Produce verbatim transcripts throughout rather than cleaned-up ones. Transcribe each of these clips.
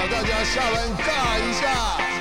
大家下班尬一下。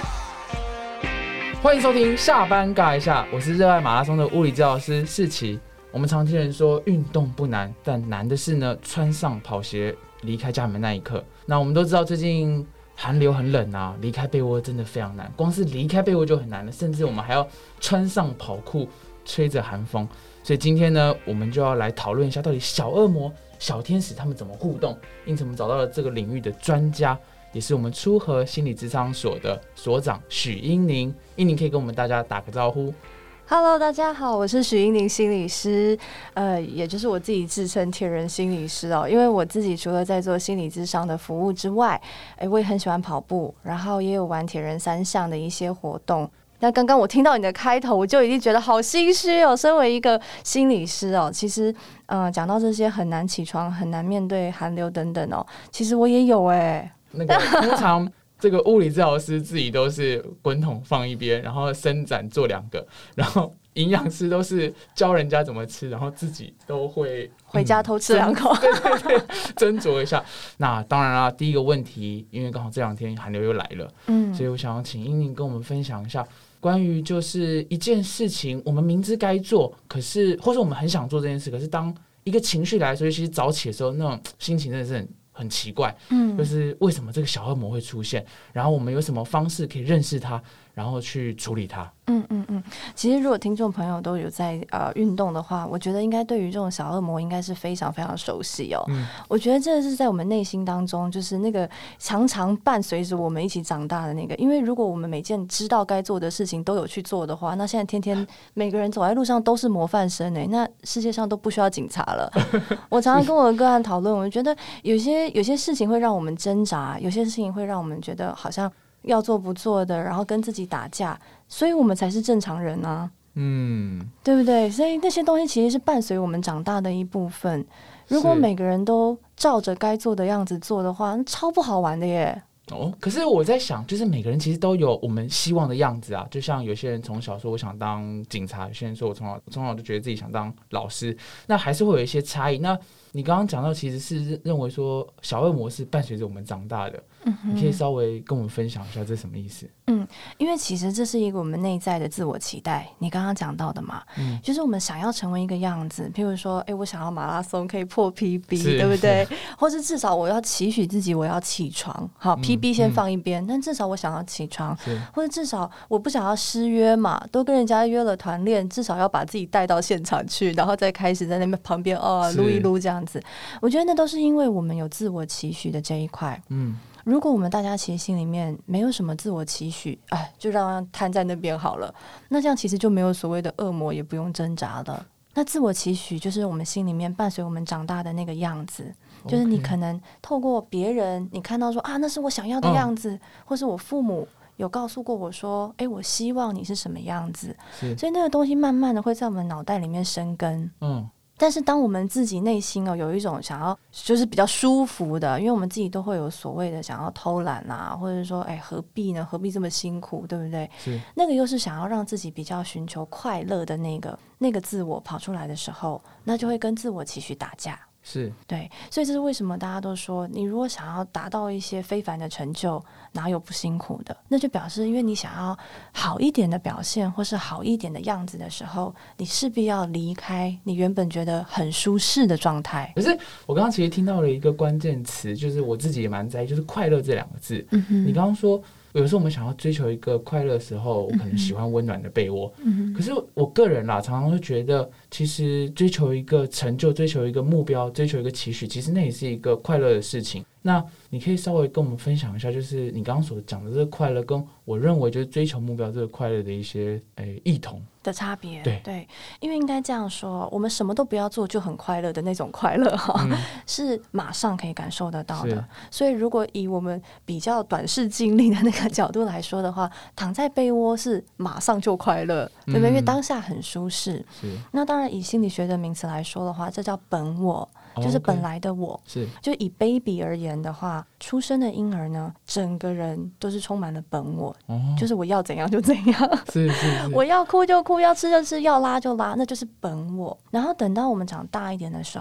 欢迎收听下班尬一下，我是热爱马拉松的物理治疗师世奇。我们常听人说运动不难，但难的是呢，穿上跑鞋离开家门那一刻。那我们都知道最近寒流很冷啊，离开被窝真的非常难，光是离开被窝就很难了，甚至我们还要穿上跑裤吹着寒风。所以今天呢，我们就要来讨论一下，到底小恶魔、小天使他们怎么互动。因此我们找到了这个领域的专家，也是我们初和心理咨商所的所长许英宁。英宁可以跟我们大家打个招呼。 Hello， 大家好，我是许英宁心理师，呃，也就是我自己自称铁人心理师哦。因为我自己除了在做心理咨商的服务之外，哎，我也很喜欢跑步，然后也有玩铁人三项的一些活动。那刚刚我听到你的开头，我就已经觉得好心虚哦。身为一个心理师哦，其实，呃，讲到这些很难起床、很难面对寒流等等哦，其实我也有哎。 那个通常这个物理治疗师自己都是滚筒放一边，然后伸展做两个，然后营养师都是教人家怎么吃，然后自己都会、嗯、 回家偷吃两口， 对对对，斟酌一下。那当然啦，第一个问题，因为刚好这两天寒流又来了，嗯，所以我想要请英宁跟我们分享一下。关于就是一件事情，我们明知该做，可是或者我们很想做这件事，可是当一个情绪来的时候，其实早起的时候，那种心情真的是很很奇怪，嗯，就是为什么这个小恶魔会出现，然后我们有什么方式可以认识它，然后去处理它。 嗯嗯嗯，其实如果听众朋友都有在呃运动的话，我觉得应该对于这种小恶魔应该是非常非常熟悉哦。嗯，我觉得这是在我们内心当中，就是那个常常伴随着我们一起长大的那个。因为如果我们每件知道该做的事情都有去做的话，那现在天天每个人走在路上都是模范生哎，那世界上都不需要警察了。我常常跟我的个案讨论，我觉得有些有些事情会让我们挣扎，有些事情会让我们觉得好像要做不做的，然后跟自己打架，所以我们才是正常人啊，嗯，对不对？所以那些东西其实是伴随我们长大的一部分。如果每个人都照着该做的样子做的话，超不好玩的耶。 哦，可是我在想，就是每个人其实都有我们希望的样子啊。就像有些人从小说我想当警察，有些人说我从小从小就觉得自己想当老师，那还是会有一些差异。那你刚刚讲到，其实是认为说小恶魔是伴随着我们长大的，嗯，你可以稍微跟我们分享一下这是什么意思？ 嗯，因为其实这是一个我们内在的自我期待，你刚刚讲到的嘛，嗯，就是我们想要成为一个样子，譬如说，哎，我想要马拉松可以破 P B， 对不对？或是至少我要期许自己，我要起床，好、嗯、，P B 先放一边、嗯，但至少我想要起床，或者至少我不想要失约嘛，都跟人家约了团练，至少要把自己带到现场去，然后再开始在那边旁边哦撸一撸这样子。我觉得那都是因为我们有自我期许的这一块，嗯。如果我们大家其实心里面没有什么自我期许，哎，就让它摊在那边好了。那这样其实就没有所谓的恶魔，也不用挣扎了。那自我期许就是我们心里面伴随我们长大的那个样子， okay. 就是你可能透过别人，你看到说啊，那是我想要的样子，嗯、或是我父母有告诉过我说，哎，我希望你是什么样子，所以那个东西慢慢的会在我们脑袋里面生根。嗯。但是当我们自己内心哦有一种想要就是比较舒服的，因为我们自己都会有所谓的想要偷懒啊，或者说哎何必呢？何必这么辛苦，对不对？是那个又是想要让自己比较寻求快乐的那个那个自我跑出来的时候，那就会跟自我期许打架。 是对，所以这是为什么大家都说，你如果想要达到一些非凡的成就，哪有不辛苦的？那就表示因为你想要好一点的表现或是好一点的样子的时候，你势必要离开你原本觉得很舒适的状态。 可是我刚刚其实听到了一个关键词，就是我自己也蛮在意，就是快乐这两个字。嗯哼，你刚刚说有时候我们想要追求一个快乐的时候，我可能喜欢温暖的被窝、嗯、可是我个人啦常常会觉得，其实追求一个成就，追求一个目标，追求一个期许，其实那也是一个快乐的事情。那你可以稍微跟我们分享一下，就是你刚刚所讲的这个快乐，跟我认为就是追求目标这个快乐的一些诶异同的差别。 对, 对，因为应该这样说，我们什么都不要做就很快乐的那种快乐、嗯、是马上可以感受得到的。所以如果以我们比较短视近利的那个角度来说的话，躺在被窝是马上就快乐，对不对、嗯、因为当下很舒适。那当然以心理学的名词来说的话，这叫本我，就是本来的我、oh, okay. 就以 baby 而言的话，出生的婴儿呢，整个人都是充满了本我、oh. 就是我要怎样就怎样，是是是我要哭就哭，要吃就吃，要拉就拉，那就是本我。然后等到我们长大一点的时候，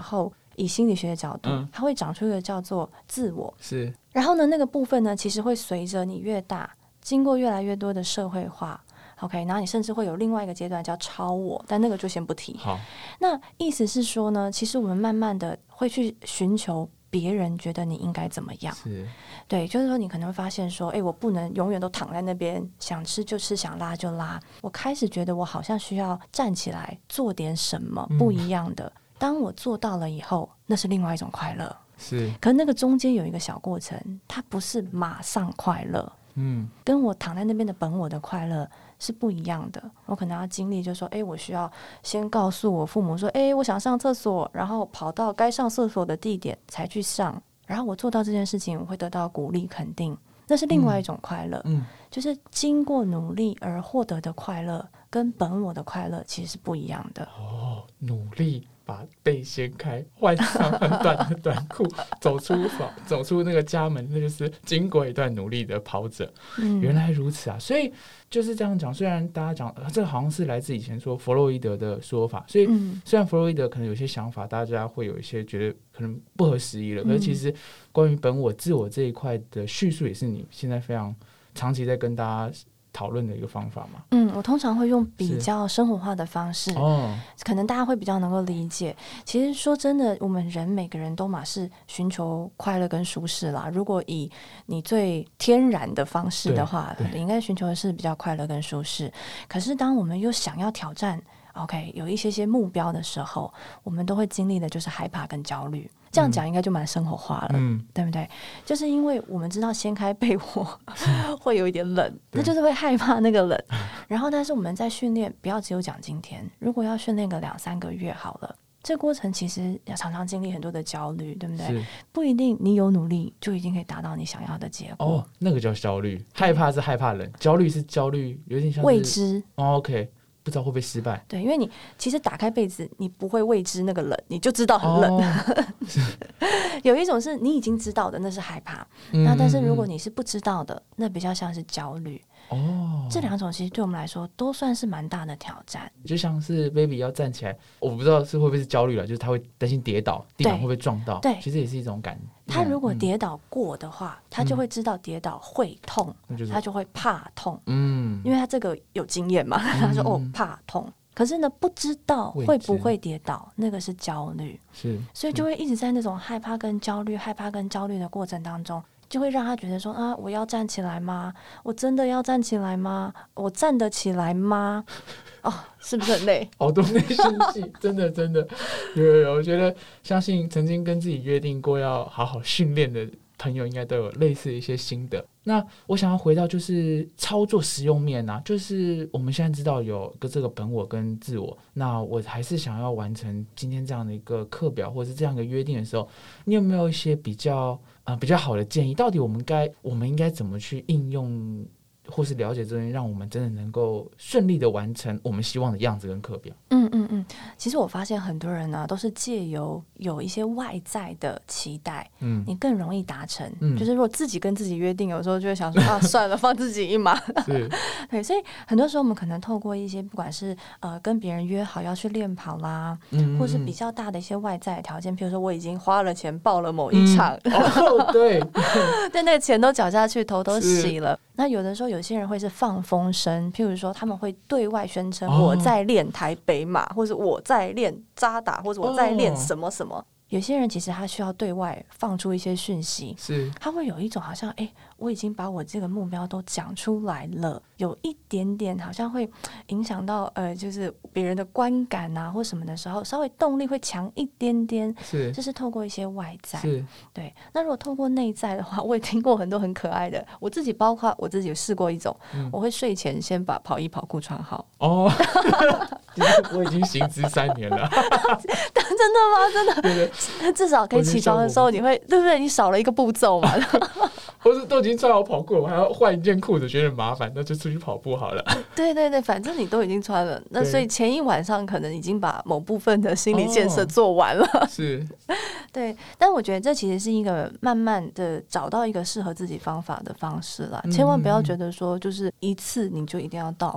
以心理学的角度， 嗯， 它会长出一个叫做自我， 是， 然后呢，那个部分呢，其实会随着你越大，经过越来越多的社会化 ，OK， 然后你甚至会有另外一个阶段叫超我，但那个就先不提。 好， 那意思是说呢，其实我们慢慢的会去寻求别人觉得你应该怎么样。 是， 对，就是说你可能会发现说，哎，我不能永远都躺在那边，想吃就吃，想拉就拉。我开始觉得我好像需要站起来做点什么不一样的。嗯，当我做到了以后，那是另外一种快乐。 是， 可是那个中间有一个小过程，它不是马上快乐。嗯，跟我躺在那边的本我的快乐是不一样的。我可能要经历，就是说，哎，我需要先告诉我父母说，哎，我想上厕所，然后跑到该上厕所的地点才去上。然后我做到这件事情，我会得到鼓励肯定，那是另外一种快乐。嗯，就是经过努力而获得的快乐，跟本我的快乐其实是不一样的。 哦，努力把背掀开，换上很短的短裤，走出房，走出那个家门，那就是经过一段努力的跑者。嗯，原来如此啊！所以就是这样讲。虽然大家讲这个好像是来自以前说弗洛伊德的说法，所以虽然弗洛伊德可能有些想法，大家会有一些觉得可能不合时宜了，可是其实关于本我、自我这一块的叙述，也是你现在非常长期在跟大家讨论的一个方法嘛。 嗯，我通常会用比较生活化的方式，哦，可能大家会比较能够理解。其实说真的，我们人每个人都嘛是寻求快乐跟舒适啦。如果以你最天然的方式的话，你应该寻求的是比较快乐跟舒适。可是当我们又想要挑战 OK 有一些些目标的时候，我们都会经历的就是害怕跟焦虑。这样讲应该就蛮生活化了，嗯，对不对？就是因为我们知道掀开被窝会有一点冷，那就是会害怕那个冷。然后，但是我们在训练，不要只有讲今天，如果要训练个两三个月好了，这个过程其实要常常经历很多的焦虑，对不对？不一定你有努力就一定可以达到你想要的结果。 哦，那个叫焦虑，害怕是害怕冷，焦虑是焦虑，有点像是未知。 哦 OK。不知道会不会失败。 对，因为你其实打开被子，你不会未知那个冷，你就知道很冷。哦、有一种是你已经知道的，那是害怕。嗯、那但是如果你是不知道的，那比较像是焦虑。哦，这两种其实对我们来说都算是蛮大的挑战。 就像是 baby 要站起来，我不知道是会不会是焦虑了，就是他会担心跌倒，地板会不会撞到。 对， 其实也是一种感。 他如果跌倒过的话，嗯、他就会知道跌倒会痛，嗯、他就会怕痛。嗯，因为他这个有经验嘛，嗯、他说哦怕痛。可是呢，不知道会不会跌倒，那个是焦虑。 是， 所以就会一直在那种害怕跟焦虑、害怕跟焦虑的过程当中。就会让他觉得说啊，我要站起来吗？我真的要站起来吗？我站得起来吗？哦，是不是很累？ 好多内心戏，真的真的有有有。我觉得相信曾经跟自己约定过要好好训练的朋友，应该都有类似的一些心得。那我想要回到就是操作实用面啊，就是我们现在知道有个这个本我跟自我，那我还是想要完成今天这样的一个课表或者是这样的约定的时候，你有没有一些比较呃比较好的建议？到底我们该我们应该怎么去应用或是了解这些，让我们真的能够顺利的完成我们希望的样子跟课表？ 嗯嗯嗯，其实我发现很多人呢、啊、都是借由有一些外在的期待，嗯，你更容易达成。嗯，就是如果自己跟自己约定，有时候就会想说啊，算了，放自己一马。 是， 对，所以很多时候我们可能透过一些不管是呃跟别人约好要去练跑啦，嗯，或是比较大的一些外在的条件，比如说我已经花了钱报了某一场， 嗯、哦，对， 对，那个钱都缴下去，头都洗了。那有的时候有些人会是放风声，譬如说他们会对外宣称我在练台北马，或者我在练渣打，或者我在练什么什么。哦，有些人其实他需要对外放出一些讯息， 是他会有一种好像哎、欸，我已经把我这个目标都讲出来了，有一点点好像会影响到呃，就是别人的观感啊或什么的时候，稍微动力会强一点点， 是就是透过一些外在， 是对。 那如果透过内在的话，我也听过很多很可爱的，我自己包括我自己试过一种，嗯、我会睡前先把跑衣跑裤穿好。 哦，我已经行之三年了。 真的吗？真的，对对，至少可以起床的时候，你会对不对？你少了一个步骤嘛。 或是都已经穿好跑裤了，我还要换一件裤子，觉得很麻烦，那就出去跑步好了。 对对对，反正你都已经穿了，那所以前一晚上可能已经把某部分的心理建设做完了。哦、 是， 对。但我觉得这其实是一个慢慢的找到一个适合自己方法的方式啦，嗯、千万不要觉得说就是一次你就一定要到位。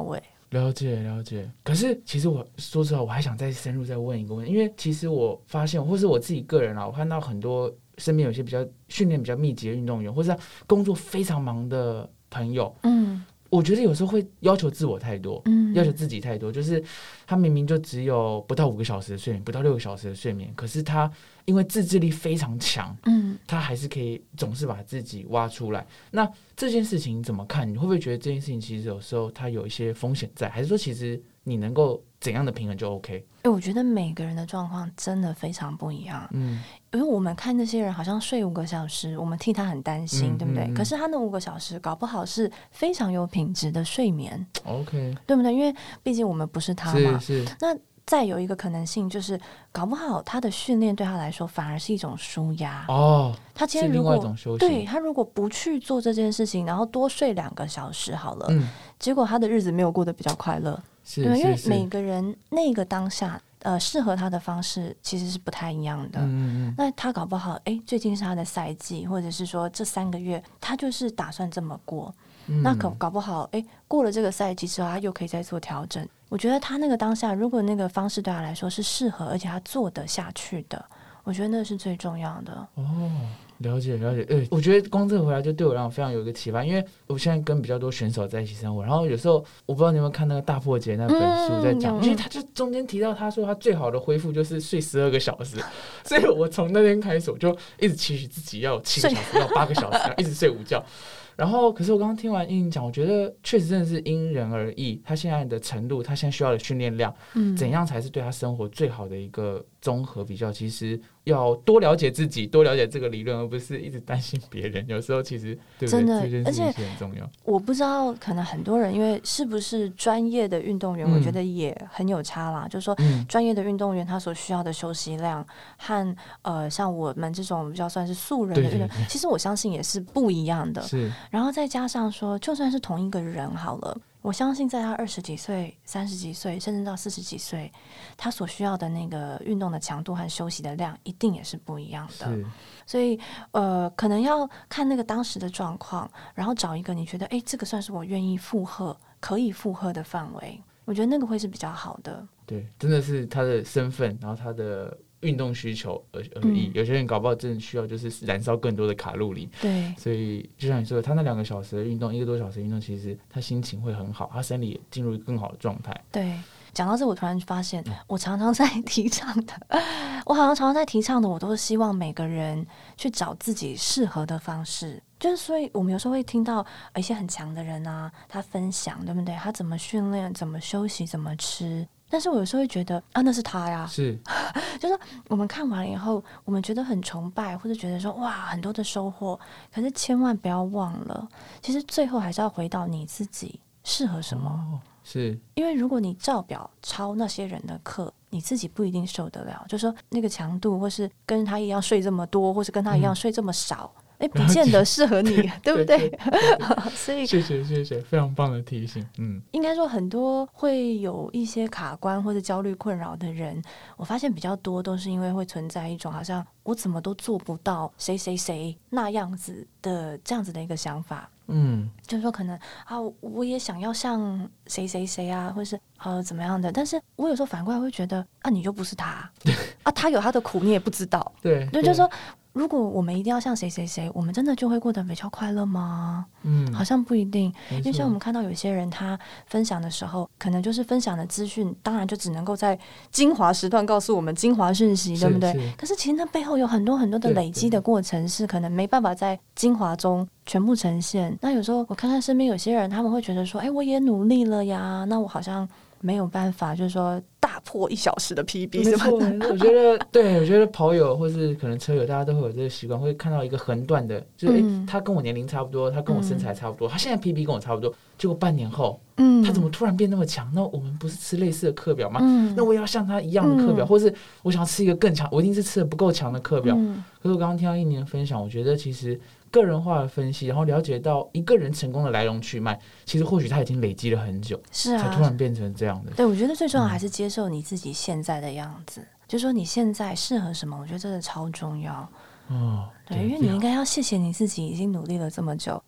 了解了解。可是其实我说实话，我还想再深入再问一个问题，因为其实我发现，或是我自己个人啊，我看到很多身边有些比较训练比较密集的运动员，或是工作非常忙的朋友，嗯，我觉得有时候会要求自我太多，嗯，要求自己太多，就是他明明就只有不到五个小时的睡眠，不到六个小时的睡眠，可是他因为自制力非常强，嗯，他还是可以总是把自己挖出来。那这件事情怎么看？你会不会觉得这件事情其实有时候它有一些风险在，还是说其实你能够怎样的平衡就 OK？ 欸，我觉得每个人的状况真的非常不一样，嗯，因为我们看那些人好像睡五个小时，我们替他很担心，嗯，对不对？嗯嗯，可是他那五个小时搞不好是非常有品质的睡眠 ，OK， 对不对？因为毕竟我们不是他嘛， 是是。 那再有一个可能性就是，搞不好他的训练对他来说反而是一种抒压哦。他今天如果对他如果不去做这件事情，然后多睡两个小时好了，嗯，结果他的日子没有过得比较快乐， 是对，因为每个人那个当下呃适合他的方式其实是不太一样的。嗯嗯，那他搞不好哎，最近是他的赛季，或者是说这三个月他就是打算这么过。嗯，那可搞不好哎，过了这个赛季之后他又可以再做调整。我觉得他那个当下如果那个方式对他来说是适合而且他做得下去的，我觉得那是最重要的。 哦，了解了解。欸，我觉得光这个回来就对我让我非常有一个启发，因为我现在跟比较多选手在一起生活，然后有时候我不知道你有没有看那个大破解那本书在讲，嗯，因为他就中间提到他说他最好的恢复就是睡十二个小时，所以我从那天开始我就一直期许自己要有七个小时，要有八个小时，一直睡午觉。然后可是我刚刚听完英英讲，我觉得确实真的是因人而异，他现在的程度，他现在需要的训练量，嗯，怎样才是对他生活最好的一个综合比较，其实要多了解自己，多了解这个理论，而不是一直担心别人。有时候其实对不对？ 真的， 这件事情是很重要。 我不知道，可能很多人因为是不是专业的运动员，嗯，我觉得也很有差啦。就是说，专业的运动员他所需要的休息量和呃，像我们这种比较算是素人的运动员，对对对，其实我相信也是不一样的。 是， 然后再加上说，就算是同一个人好了。我相信在他二十几岁、三十几岁，甚至到四十几岁，他所需要的那个运动的强度和休息的量，一定也是不一样的。所以，呃，可能要看那个当时的状况，然后找一个你觉得，哎，这个算是我愿意负荷、可以负荷的范围，我觉得那个会是比较好的。 对，真的是他的身份，然后他的运动需求而而已，嗯，有些人搞不好真的需要就是燃烧更多的卡路里。 对， 所以就像你说的，他那两个小时的运动，一个多小时的运动，其实他心情会很好，他生理也进入更好的状态。 对，讲到这，我突然发现，我常常在提倡的，我好像常常在提倡的，我都是希望每个人去找自己适合的方式。就是所以我们有时候会听到一些很强的人啊，他分享，对不对？他怎么训练，怎么休息，怎么吃。但是我有时候会觉得啊，那是他呀， 是， 就是我们看完了以后，我们觉得很崇拜，或者觉得说哇，很多的收获。可是千万不要忘了，其实最后还是要回到你自己适合什么。 哦，是，因为如果你照表抄那些人的课，你自己不一定受得了。就是说那个强度，或是跟他一样睡这么多，或是跟他一样睡这么少。嗯，哎，不见得适合你，对不对？对对对所以谢谢谢谢，非常棒的提醒。嗯， 应该说很多会有一些卡关或者焦虑困扰的人，我发现比较多都是因为会存在一种好像我怎么都做不到谁谁谁那样子的这样子的一个想法。嗯，就是说可能啊，我也想要像谁谁谁啊，或是呃怎么样的，但是我有时候反过来会觉得啊，你就不是他啊，他有他的苦，你也不知道。 对， 对，就是说。如果我们一定要像谁谁谁，我们真的就会过得比较快乐吗？嗯，好像不一定。因为像我们看到有些人他分享的时候，可能就是分享的资讯，当然就只能够在精华时段告诉我们精华讯息，对不对？可是其实那背后有很多很多的累积的过程，是可能没办法在精华中全部呈现。那有时候我看看身边有些人，他们会觉得说，哎，我也努力了呀，那我好像没有办法，就是说大破一小时的 P B。 没错，我觉得对，我觉得跑友或是可能车友，大家都会有这个习惯，会看到一个横断的，就是、嗯、他跟我年龄差不多，他跟我身材差不多，嗯、他现在 P B 跟我差不多，结果半年后，嗯，他怎么突然变那么强？那我们不是吃类似的课表吗？嗯、那我也要像他一样的课表，嗯、或是我想要吃一个更强，我一定是吃的不够强的课表。嗯、可是我刚刚听到一年的分享，我觉得其实个人化的分析，然后了解到一个人成功的来龙去脉，其实或许他已经累积了很久，是啊，才突然变成这样的。 对，我觉得最重要还是接受你自己现在的样子，嗯、就说你现在适合什么，我觉得真的超重要。哦，对，因为你应该要谢谢你自己已经努力了这么久，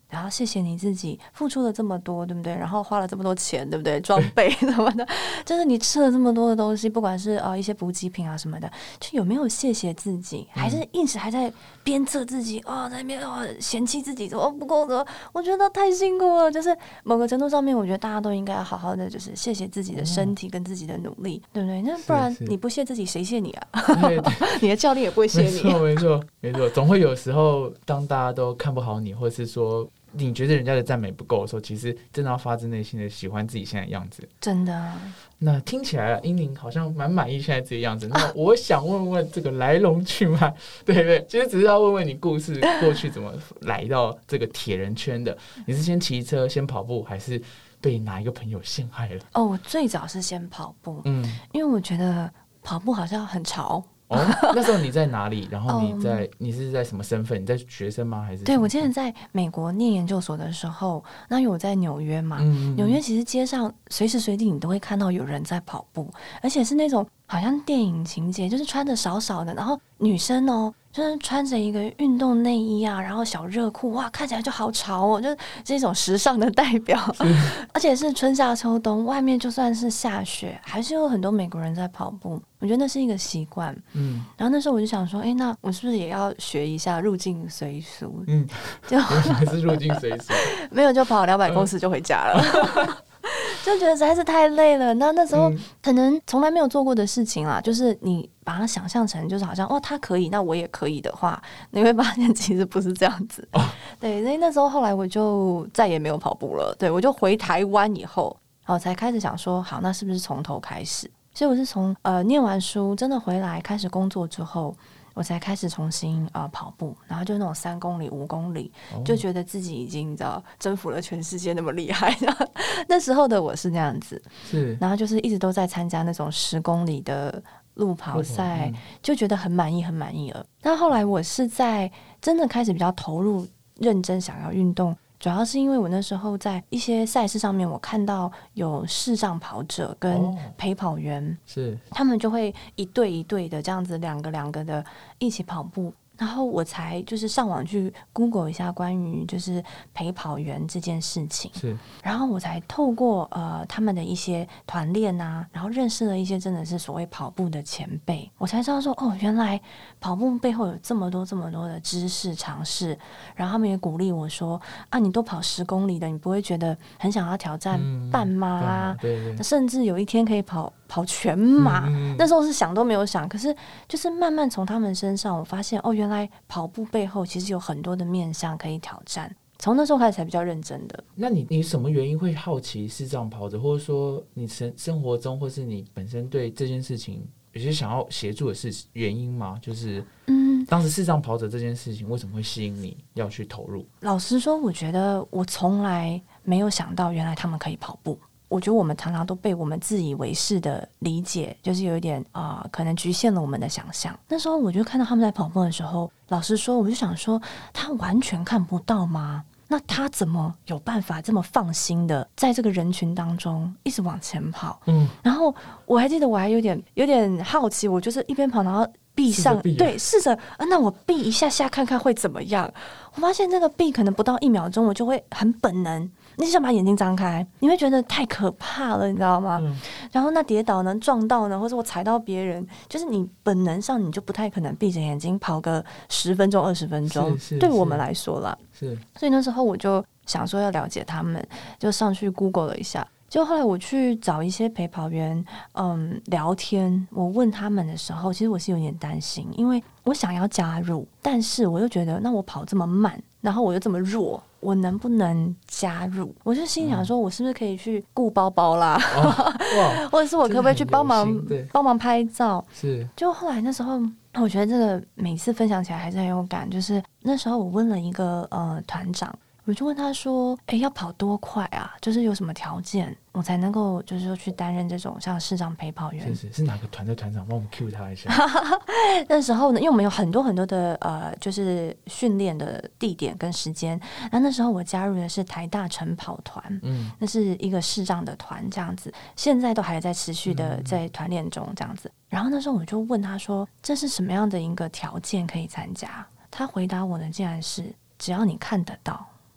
然后谢谢你自己付出了这么多，对不对？然后花了这么多钱，对不对？装备什么的，就是你吃了这么多的东西，不管是呃一些补给品啊什么的，就有没有谢谢自己？还是硬是还在鞭策自己哦，在那边哦嫌弃自己哦不够的？我觉得太辛苦了。就是某个程度上面，我觉得大家都应该要好好的，就是谢谢自己的身体跟自己的努力，对不对？那不然你不谢自己，谁谢你啊？对对你的教练也不会谢你。 没错，没错，没错。总会有时候，当大家都看不好你，或者是说你觉得人家的赞美不够的时候，其实真的要发自内心的喜欢自己现在的样子。 真的。 那听起来英宁好像蛮满意现在自己的样子。那我想问问这个来龙去脉，对不对？其实只是要问问你故事过去怎么来到这个铁人圈的？你是先骑车、先跑步，还是被哪一个朋友陷害了？ 哦，我最早是先跑步，嗯，因为我觉得跑步好像很潮。 哦，那时候你在哪里？然后你在、um, 你是在什么身份？你在学生吗？还是？ 对，我之前在美国念研究所的时候，那因为我在纽约嘛，嗯嗯纽约其实街上随时随地你都会看到有人在跑步，而且是那种好像电影情节，就是穿的少少的，然后女生哦，就是穿着一个运动内衣啊，然后小热裤，哇，看起来就好潮哦，就是这种时尚的代表。而且是春夏秋冬，外面就算是下雪，还是有很多美国人在跑步。我觉得那是一个习惯，嗯，然后那时候我就想说，哎，那我是不是也要学一下入境随俗？嗯，就还是入境随俗， 没有就跑两百公尺就回家了。嗯就觉得实在是太累了，那那时候可能从来没有做过的事情啦，就是你把它想象成就是好像哦他可以，那我也可以的话，你会发现其实不是这样子。哦、对，所以那时候后来我就再也没有跑步了。对，我就回台湾以后，然后才开始想说，好，那是不是从头开始？所以我是从呃念完书，真的回来开始工作之后。我才开始重新呃跑步，然后就那种三公里、五公里，哦、就觉得自己已经你知道征服了全世界那么厉害。那时候的我是那样子，是，然后就是一直都在参加那种十公里的路跑赛，嗯、就觉得很满意、很满意了。但后来我是在真的开始比较投入、认真想要运动。主要是因为我那时候在一些赛事上面，我看到有视障跑者跟陪跑员，哦、是他们就会一对一对的这样子，两个两个的一起跑步。然后我才就是上网去 Google 一下关于就是陪跑员这件事情，是，然后我才透过呃他们的一些团练啊，然后认识了一些真的是所谓跑步的前辈，我才知道说哦，原来跑步背后有这么多这么多的知识常识。然后他们也鼓励我说啊，你都跑十公里的，你不会觉得很想要挑战半马啊？嗯、对对，甚至有一天可以跑跑全马，嗯嗯、那时候是想都没有想，可是就是慢慢从他们身上我发现哦，原来跑步背后其实有很多的面向可以挑战，从那时候开始才比较认真的。 那你你什么原因会好奇视障跑者，或者说你生生活中或是你本身对这件事情有些想要协助的事原因吗？就是嗯，当时视障跑者这件事情为什么会吸引你要去投入？ 老实说，我觉得我从来没有想到原来他们可以跑步。我觉得我们常常都被我们自以为是的理解，就是有一点啊、呃，可能局限了我们的想象。那时候我就看到他们在跑步的时候，老实说，我就想说，他完全看不到吗？那他怎么有办法这么放心的在这个人群当中一直往前跑？嗯，然后我还记得我还有点有点好奇，我就是一边跑，然后闭上，试对，试着啊，那我闭一下下看看会怎么样？我发现这个闭可能不到一秒钟，我就会很本能。你想把眼睛张开，你会觉得太可怕了，你知道吗？嗯、然后那跌倒呢、撞到呢，或者我踩到别人，就是你本能上你就不太可能闭着眼睛跑个十分钟、二十分钟，对我们来说啦。是，所以那时候我就想说要了解他们，就上去 Google 了一下。就后来我去找一些陪跑员，嗯，聊天。我问他们的时候，其实我是有点担心，因为我想要加入，但是我又觉得，那我跑这么慢，然后我又这么弱，我能不能加入？我就心想说，我是不是可以去顾包包啦，哦、或者是我可不可以去帮忙帮忙拍照？是。就后来那时候，我觉得这个每次分享起来还是很有感。就是那时候我问了一个呃团长。我就问他说：“哎，要跑多快啊？就是有什么条件，我才能够就是说去担任这种像视障陪跑员？” 是是是哪个团的团长？帮我们 cue 他一下。 那时候呢，因为我们有很多很多的呃，就是训练的地点跟时间。那那时候我加入的是台大晨跑团，嗯，那是一个视障的团，这样子，现在都还在持续的在团练中，这样子。然后那时候我就问他说：“这是什么样的一个条件可以参加？”他回答我的竟然是：“只要你看得到。”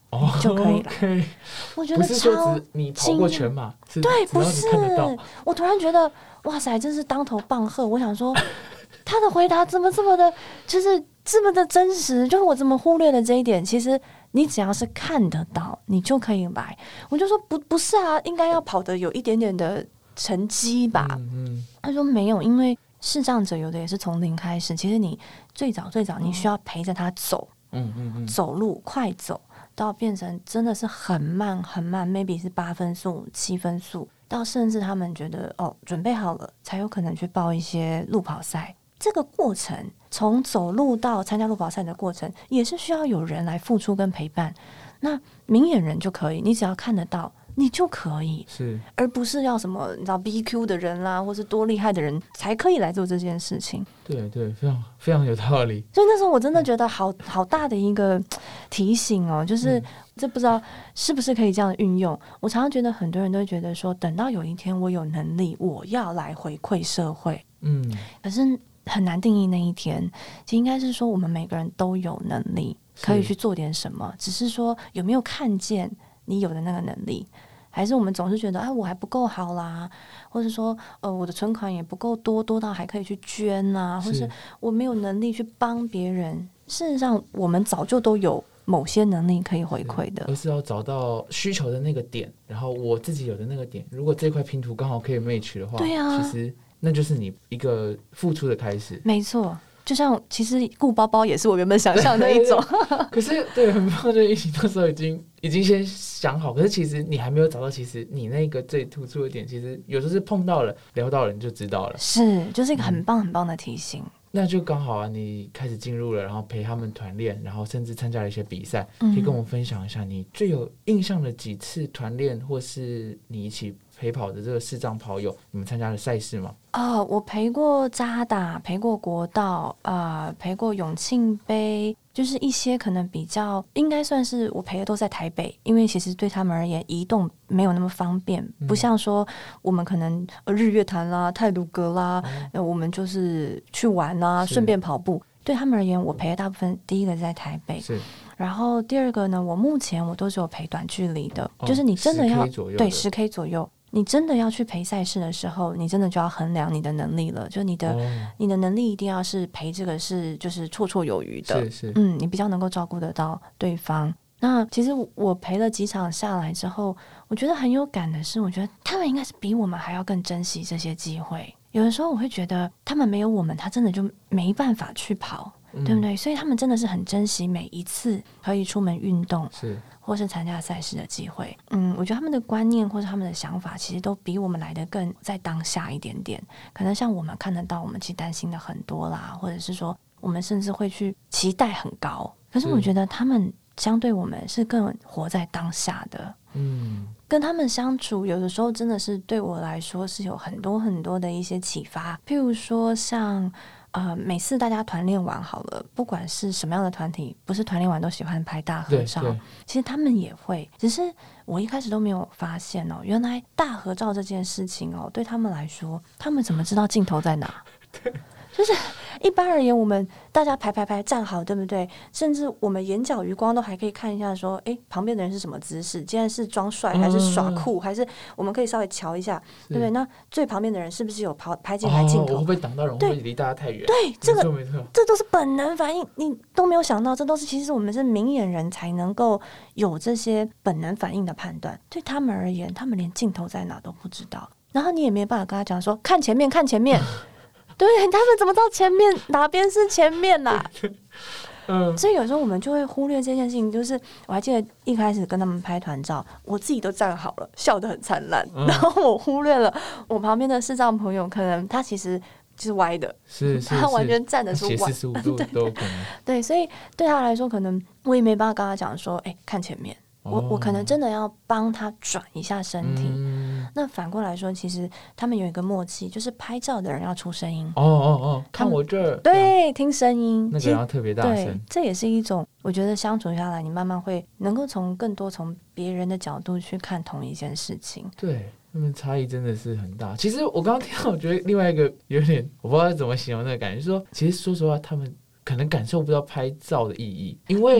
哦、 你就可以来。 okay 我觉得不是说超只你跑过全马，是对， 只要你不是看得到。 我突然觉得哇塞，真是当头棒喝。我想说他的回答怎么这么的，就是这么的真实，就是我怎么忽略了这一点？其实你只要是看得到，你就可以来。我就说不不是啊，应该要跑得有一点点的成绩吧。嗯嗯他说没有，因为视障者有的也是从零开始，其实你最早最早你需要陪着他走，嗯嗯嗯，走路快走。到变成真的是很慢很慢 maybe 是八分速七分速，到甚至他们觉得哦准备好了才有可能去报一些路跑赛。这个过程从走路到参加路跑赛的过程也是需要有人来付出跟陪伴。那明眼人就可以，你只要看得到你就可以， 是而不是要什么你知道 B Q 的人啦，或是多厉害的人才可以来做这件事情。 对对，非常非常有道理。 所以那时候我真的觉得好好大的一个提醒哦，就是这不知道是不是可以这样运用。我常常觉得很多人都会觉得说，等到有一天我有能力，我要来回馈社会。嗯，可是很难定义那一天。其实应该是说，我们每个人都有能力可以去做点什么，只是说有没有看见你有的那个能力。还是我们总是觉得，哎，我还不够好啦，或者说，呃，我的存款也不够多，多到还可以去捐啊，或是我没有能力去帮别人。事实上，我们早就都有某些能力可以回馈的， 而是要找到需求的那个点，然后我自己有的那个点，如果这块拼图刚好可以 match 的话， 对啊， 其实那就是你一个付出的开始。 没错。就像其实顾包包也是我原本想象的一种， 可是对很棒，就你那时候已经已经先想好，可是其实你还没有找到，其实你那个最突出的点，其实有时候是碰到了聊到了你就知道了， 是就是一个很棒很棒的提醒。嗯， 那就刚好啊，你开始进入了，然后陪他们团练，然后甚至参加了一些比赛，嗯，可以跟我们分享一下你最有印象的几次团练，或是你一起陪跑的这个视障跑友，你们参加的赛事吗？ 哦，我陪过渣打，陪过国道，呃，陪过永庆杯，就是一些可能比较应该算是我陪的都在台北，因为其实对他们而言移动没有那么方便，嗯，不像说我们可能日月潭啦、太鲁阁啦，嗯，我们就是去玩啦，顺便跑步。对他们而言，我陪的大部分第一个在台北，是。然后第二个呢，我目前我都是有陪短距离的，哦，就是你真的要对十 K 左右。你真的要去陪赛事的时候，你真的就要衡量你的能力了。就你的、哦、你的能力一定要是陪这个是就是绰绰有余的， 是是， 嗯，你比较能够照顾得到对方。那其实我陪了几场下来之后，我觉得很有感的是，我觉得他们应该是比我们还要更珍惜这些机会。有的时候我会觉得他们没有我们，他真的就没办法去跑，嗯，对不对？所以他们真的是很珍惜每一次可以出门运动，是。或是参加赛事的机会，嗯，我觉得他们的观念或是他们的想法，其实都比我们来得更在当下一点点。可能像我们看得到，我们其实担心的很多啦，或者是说，我们甚至会去期待很高。可是我觉得他们相对我们是更活在当下的，嗯，跟他们相处，有的时候真的是对我来说是有很多很多的一些启发。譬如说像。呃，每次大家团练完好了，不管是什么样的团体，不是团练完都喜欢拍大合照，其实他们也会，只是我一开始都没有发现哦，原来大合照这件事情哦，对他们来说，他们怎么知道镜头在哪？就是一般而言，我们大家排排排站好，对不对？甚至我们眼角余光都还可以看一下，说，哎，旁边的人是什么姿势？今天是装帅还是耍酷，嗯，还是我们可以稍微瞧一下，对不对？那最旁边的人是不是有拍拍进来镜头？ 哦，我会不会挡到人？会不会离大家太远？ 对，这个这都是本能反应，你都没有想到，这都是其实我们是明眼人才能够有这些本能反应的判断。对他们而言，他们连镜头在哪都不知道，然后你也没办法跟他讲说看前面，看前面。对，他们怎么知道前面哪边是前面啦，啊？嗯，所以有时候我们就会忽略这件事情。就是我还记得一开始跟他们拍团照，我自己都站好了，笑得很灿烂，嗯，然后我忽略了我旁边的视障朋友，可能他其实就是歪的， 是是是，他完全站的是歪， 四十五度都有可能。 对，所以对他来说，可能我也没办法跟他讲说，哎，欸，看前面。我我可能真的要帮他转一下身体，嗯，那反过来说，其实他们有一个默契，就是拍照的人要出声音。 哦哦哦，看我这儿， 对，听声音， 那个人要特别大声。对， 这也是一种，我觉得相处下来，你慢慢会能够从更多从别人的角度去看同一件事情。 对，他们差异真的是很大。其实我刚刚听到，我觉得另外一个有点，我不知道怎么形容那个感觉，就是说，其实说实话，他们可能感受不到拍照的意义，因为。嗯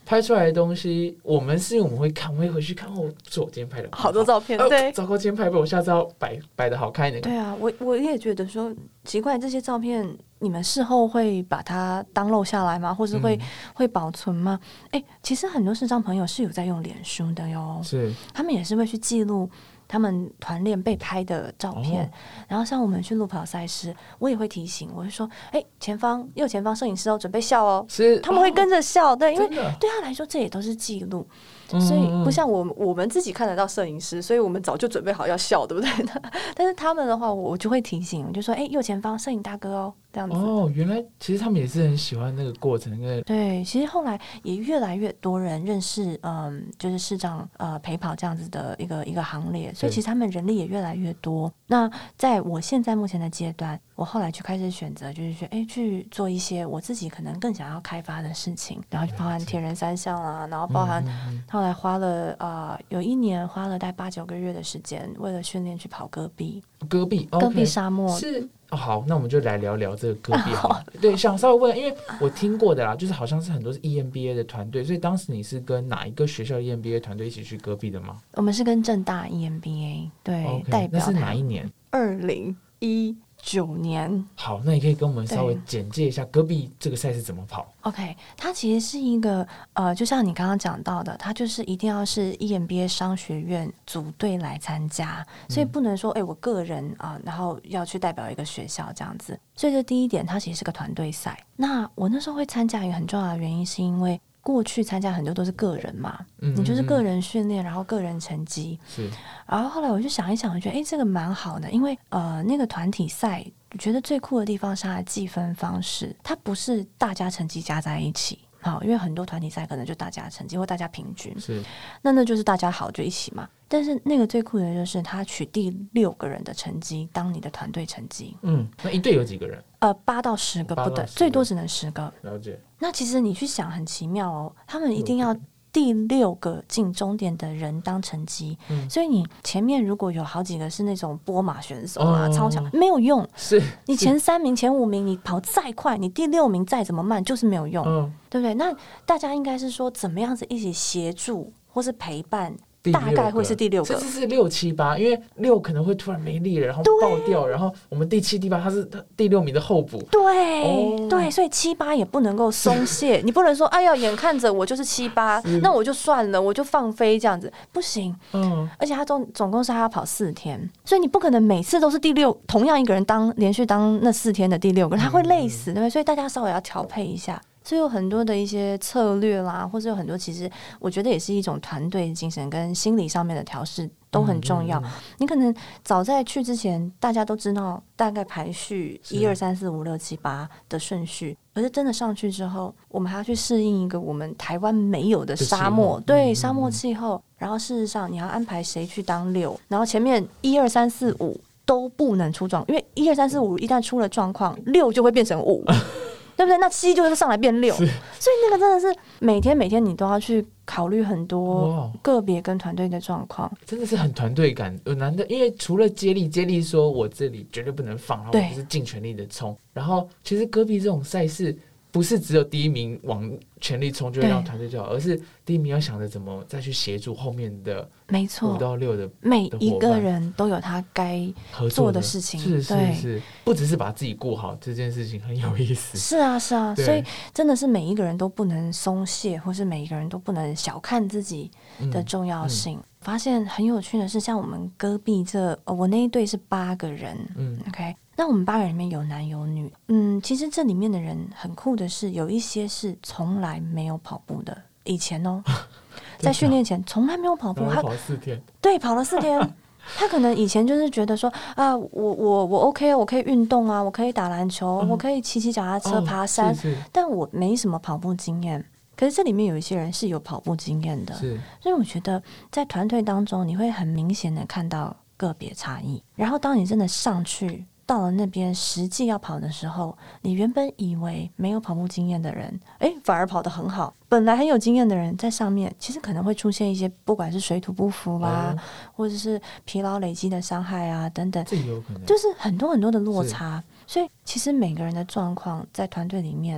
拍出来的东西，我们是因为我们会看，我会回去看哦，是我今天拍的好多照片， 哦、 对， 糟糕，今天拍不，我下次要摆摆的好看一点。 对啊，我我也觉得说奇怪，这些照片你们事后会把它download下来吗？或是会、嗯、会保存吗？哎，其实很多视障朋友是有在用脸书的哟， 是， 他们也是会去记录他们团练被拍的照片、哦、然后像我们去路跑赛事，我也会提醒，我会说哎，前方右前方摄影师哦，准备笑哦， 是， 他们会跟着笑、哦、对，因为对他来说这也都是记录，所以不像我们我们自己看得到摄影师，所以我们早就准备好要笑，对不对？但是他们的话，我就会提醒，我就说哎，右前方摄影大哥哦，这样子。 哦，原来其实他们也是很喜欢那个过程。那个对，其实后来也越来越多人认识，嗯，就是视障呃陪跑这样子的一个一个行列，所以其实他们人力也越来越多。那在我现在目前的阶段，我后来就开始选择，就是说，哎，去做一些我自己可能更想要开发的事情，然后就包含铁人三项啊，然后包含后来花了呃有一年花了大概八九个月的时间，为了训练去跑戈壁， 戈壁， 戈壁沙漠是。哦、好，那我们就来聊聊这个戈壁好。对，想稍微问，因为我听过的啦，就是好像是很多是 E M B A 的团队，所以当时你是跟哪一个学校的 E M B A 团队一起去戈壁的吗？ 我们是跟政大 E M B A 对、 okay, 代表。 那是哪一年？ 二零一九年。 好，那你可以跟我们稍微简介一下戈壁这个赛事怎么跑。 OK， 它其实是一个呃，就像你刚刚讲到的，它就是一定要是 E M B A 商学院组队来参加，所以不能说哎、欸，我个人啊、呃，然后要去代表一个学校这样子。所以这第一点，它其实是个团队赛。那我那时候会参加一个很重要的原因，是因为过去参加很多都是个人嘛，嗯嗯嗯，你就是个人训练，然后个人成绩。 是。 然后后来我就想一想，我觉得哎、欸，这个蛮好的，因为呃，那个团体赛。我觉得最酷的地方是它的计分方式，它不是大家成绩加在一起，好，因为很多团体赛可能就大家成绩或大家平均， 是， 那那就是大家好就一起嘛。但是那个最酷的就是他取第六个人的成绩当你的团队成绩。 嗯，那一队有几个人？ 呃，八到十个不等，最多只能十个。 了解。 那其实你去想很奇妙哦，他们一定要第六个进终点的人当成绩、嗯、所以你前面如果有好几个是那种波马选手啊、哦、超强没有用， 是你前三名前五名你跑再快，你第六名再怎么慢就是没有用、嗯、对不对？那大家应该是说怎么样子一起协助或是陪伴，大概会是第六个， 甚至是六七八，因为六可能会突然没力了，然后爆掉，然后我们第七、第八，他是第六名的候补。 对、 哦、 对，所以七八也不能够松懈，你不能说哎呀，眼看着我就是七八，那我就算了，我就放飞这样子，不行。嗯，而且他总总共是他要跑四天，所以你不可能每次都是第六，同样一个人当连续当那四天的第六个人，他会累死，对不对？所以大家稍微要调配一下。所以有很多的一些策略啦，或者有很多其实我觉得也是一种团队精神跟心理上面的调试都很重要、嗯嗯嗯、你可能早在去之前大家都知道大概排序一二三四五六七八的顺序，可是真的上去之后我们还要去适应一个我们台湾没有的沙漠，对，沙漠气候，然后事实上你要安排谁去当六，然后前面一二三四五都不能出状，因为一二三四五一旦出了状况，六就会变成五对不对？那七就是上来变六，所以那个真的是每天每天你都要去考虑很多个别跟团队的状况， 真的是很团队感。有难的，因为除了接力，接力说我这里绝对不能放，然后我就是尽全力的冲。然后其实戈壁这种赛事不是只有第一名往全力冲就会让团队就好，而是第一名要想着怎么再去协助后面的没错五到六的每一个人都有他该做的事情， 是是是，不只是把自己顾好，这件事情很有意思。 是啊是啊，所以真的是每一个人都不能松懈，或是每一个人都不能小看自己的重要性。嗯嗯，发现很有趣的是，像我们戈壁这、哦、我那一队是八个人，嗯 ，OK。那我们八个人里面有男有女，嗯，其实这里面的人很酷的是，有一些是从来没有跑步的，以前哦，在训练前从来没有跑步， 他跑了四天， 对，跑了四天。他可能以前就是觉得说啊，我我我 OK 啊，我可以运动啊，我可以打篮球，嗯、我可以骑骑脚踏车、哦、爬山，是是，但我没什么跑步经验。可是这里面有一些人是有跑步经验的， 是， 所以我觉得在团队当中，你会很明显的看到个别差异。然后当你真的上去到了那边实际要跑的时候，你原本以为没有跑步经验的人，诶，反而跑得很好。本来很有经验的人在上面，其实可能会出现一些不管是水土不服啦、嗯、或者是疲劳累积的伤害啊等等， 这有可能， 就是很多很多的落差。所以其实每个人的状况在团队里面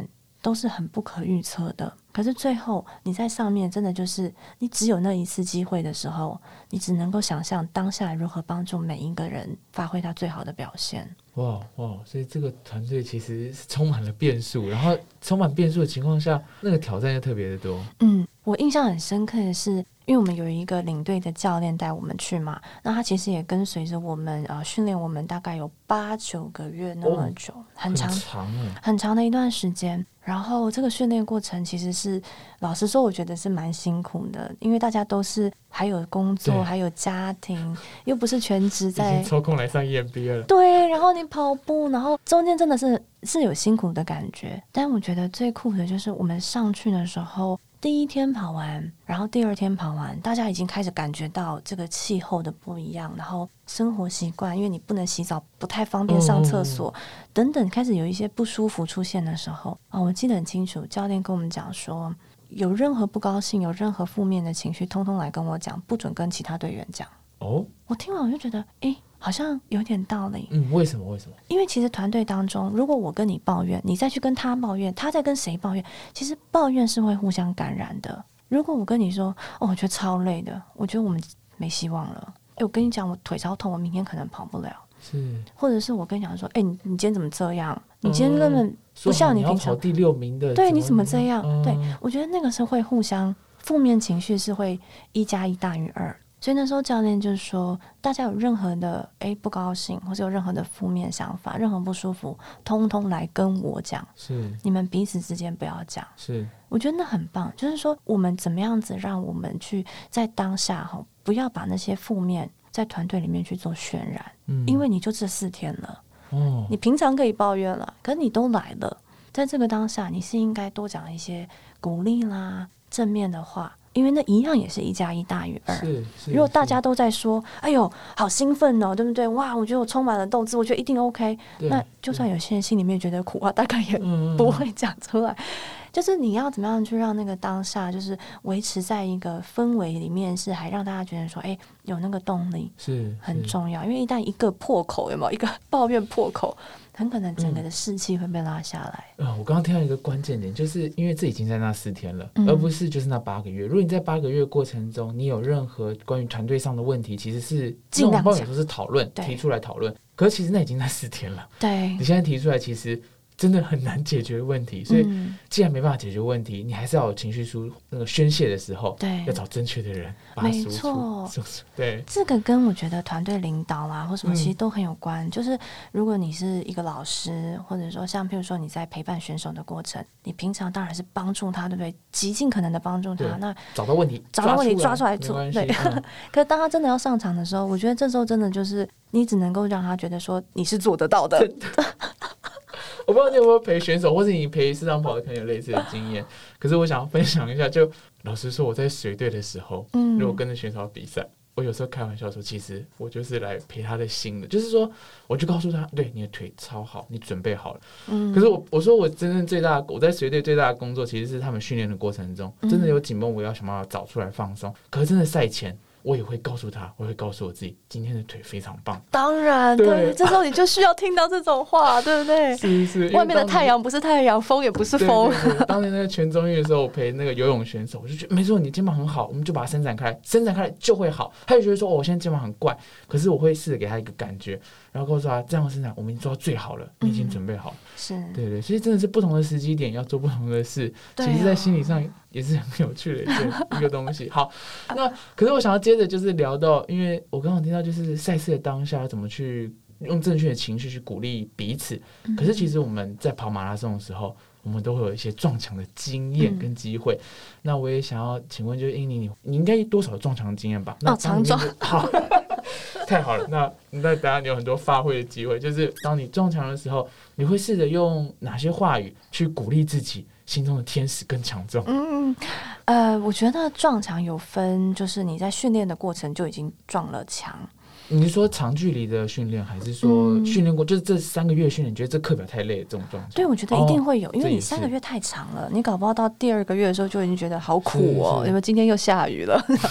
都是很不可预测的。可是最后你在上面真的就是你只有那一次机会的时候，你只能够想象当下如何帮助每一个人发挥他最好的表现。 哇哇！所以这个团队其实是充满了变数，然后充满变数的情况下，那个挑战就特别的多。 嗯，我印象很深刻的是，因为我们有一个领队的教练带我们去嘛，那他其实也跟随着我们呃训练我们大概有八九个月那么久，哦、很长很长很长的一段时间。然后这个训练过程其实是老实说我觉得是蛮辛苦的，因为大家都是还有工作还有家庭，又不是全职在抽空来上 E M B A 了。 对，然后你跑步，然后中间真的是是有辛苦的感觉。但我觉得最酷的就是我们上去的时候，第一天跑完，然后第二天跑完，大家已经开始感觉到这个气候的不一样，然后生活习惯，因为你不能洗澡，不太方便上厕所、嗯、等等，开始有一些不舒服出现的时候、哦、我记得很清楚，教练跟我们讲说，有任何不高兴，有任何负面的情绪，通通来跟我讲，不准跟其他队员讲。哦，我听完我就觉得，诶，好像有点道理。 嗯，为什么？为什么？ 因为其实团队当中，如果我跟你抱怨，你再去跟他抱怨，他再跟谁抱怨，其实抱怨是会互相感染的。如果我跟你说，哦，我觉得超累的，我觉得我们没希望了。诶，我跟你讲，我腿超痛，我明天可能跑不了。 是，或者是我跟你讲说，哎、欸，你你今天怎么这样？你今天根本不像你平常、嗯、 你要跑第六名的， 对，你怎么这样？嗯、对，我觉得那个是会互相负面情绪是会一加一大于二。所以那时候教练就是说，大家有任何的哎不高兴，或者有任何的负面想法，任何不舒服，通通来跟我讲。 是， 你们彼此之间不要讲。 是， 我觉得那很棒。就是说，我们怎么样子让我们去在当下哈，不要把那些负面在团队里面去做渲染。嗯，因为你就这四天了。哦，你平常可以抱怨了，可是你都来了，在这个当下，你是应该多讲一些鼓励啦、正面的话。因为那一样也是一加一大于二。如果大家都在说哎呦好兴奋哦，对不对？哇，我觉得我充满了斗志，我觉得一定 OK， 那就算有些人心里面觉得苦话，大概也不会讲出来。嗯，就是你要怎么样去让那个当下就是维持在一个氛围里面，是还让大家觉得说哎有那个动力，是很重要。因为一旦一个破口，有没有一个抱怨破口，很可能整个的士气会被拉下来。 嗯呃、我刚刚听到一个关键点，就是因为这已经在那四天了、嗯、而不是就是那八个月。如果你在八个月过程中你有任何关于团队上的问题，其实是尽量讲，有时候是讨论提出来讨论，可是其实那已经那四天了。 对， 你现在提出来其实真的很难解决问题，所以既然没办法解决问题，你还是要有情绪抒那个宣泄的时候，对，要找正确的人把它输出。没错，对， 这个跟我觉得团队领导啊或什么其实都很有关、嗯、就是如果你是一个老师，或者说像譬如说你在陪伴选手的过程，你平常当然是帮助他，对不对？极尽可能的帮助他，那找到问题找到问题抓出来做，对、嗯、可是当他真的要上场的时候，我觉得这时候真的就是你只能够让他觉得说你是做得到的。 我不知道你有没有陪选手，或是你陪市场跑的可能有类似的经验，可是我想要分享一下，就老实说我在随队的时候、嗯、如果跟着选手比赛，我有时候开玩笑说其实我就是来陪他的心的，就是说我就告诉他，对，你的腿超好，你准备好了、嗯、可是我我说我真正最大的我在随队最大的工作其实是他们训练的过程中真的有紧绷，我要想办法找出来放松，可是真的赛前我也会告诉他，我会告诉我自己，今天的腿非常棒。 当然， 对, 对，这时候你就需要听到这种话，对不对？ 是是。 外面的太阳不是太阳，风也不是风。 对对对，当年那个全中运的时候，我陪那个游泳选手，我就觉得没错，你肩膀很好，我们就把它伸展开来，伸展开来就会好。他就觉得说，哦，我现在肩膀很怪，可是我会试着给他一个感觉，然后告诉他，这样伸展我们已经做到最好了，你已经准备好了。嗯、是，对对，所以真的是不同的时机点要做不同的事，哦、其实在心理上也是很有趣的一件一个东西。好，那可是我想要接着就是聊到。因为我刚刚听到就是赛事的当下怎么去用正确的情绪去鼓励彼此、嗯、可是其实我们在跑马拉松的时候我们都会有一些撞墙的经验跟机会、嗯、那我也想要请问就是英妮，你你应该多少撞墙的经验吧？ 哦，常撞。 好太好了，那那当然你有很多发挥的机会，就是当你撞墙的时候你会试着用哪些话语去鼓励自己心中的天使更强壮？ 嗯，呃，我觉得撞墙有分，就是你在训练的过程就已经撞了墙。 你是说长距离的训练，还是说训练过、嗯、就是这三个月训练你觉得这课表太累这种状况？ 对，我觉得一定会有、哦、因为你三个月太长了，你搞不好到第二个月的时候就已经觉得好苦哦，因为今天又下雨了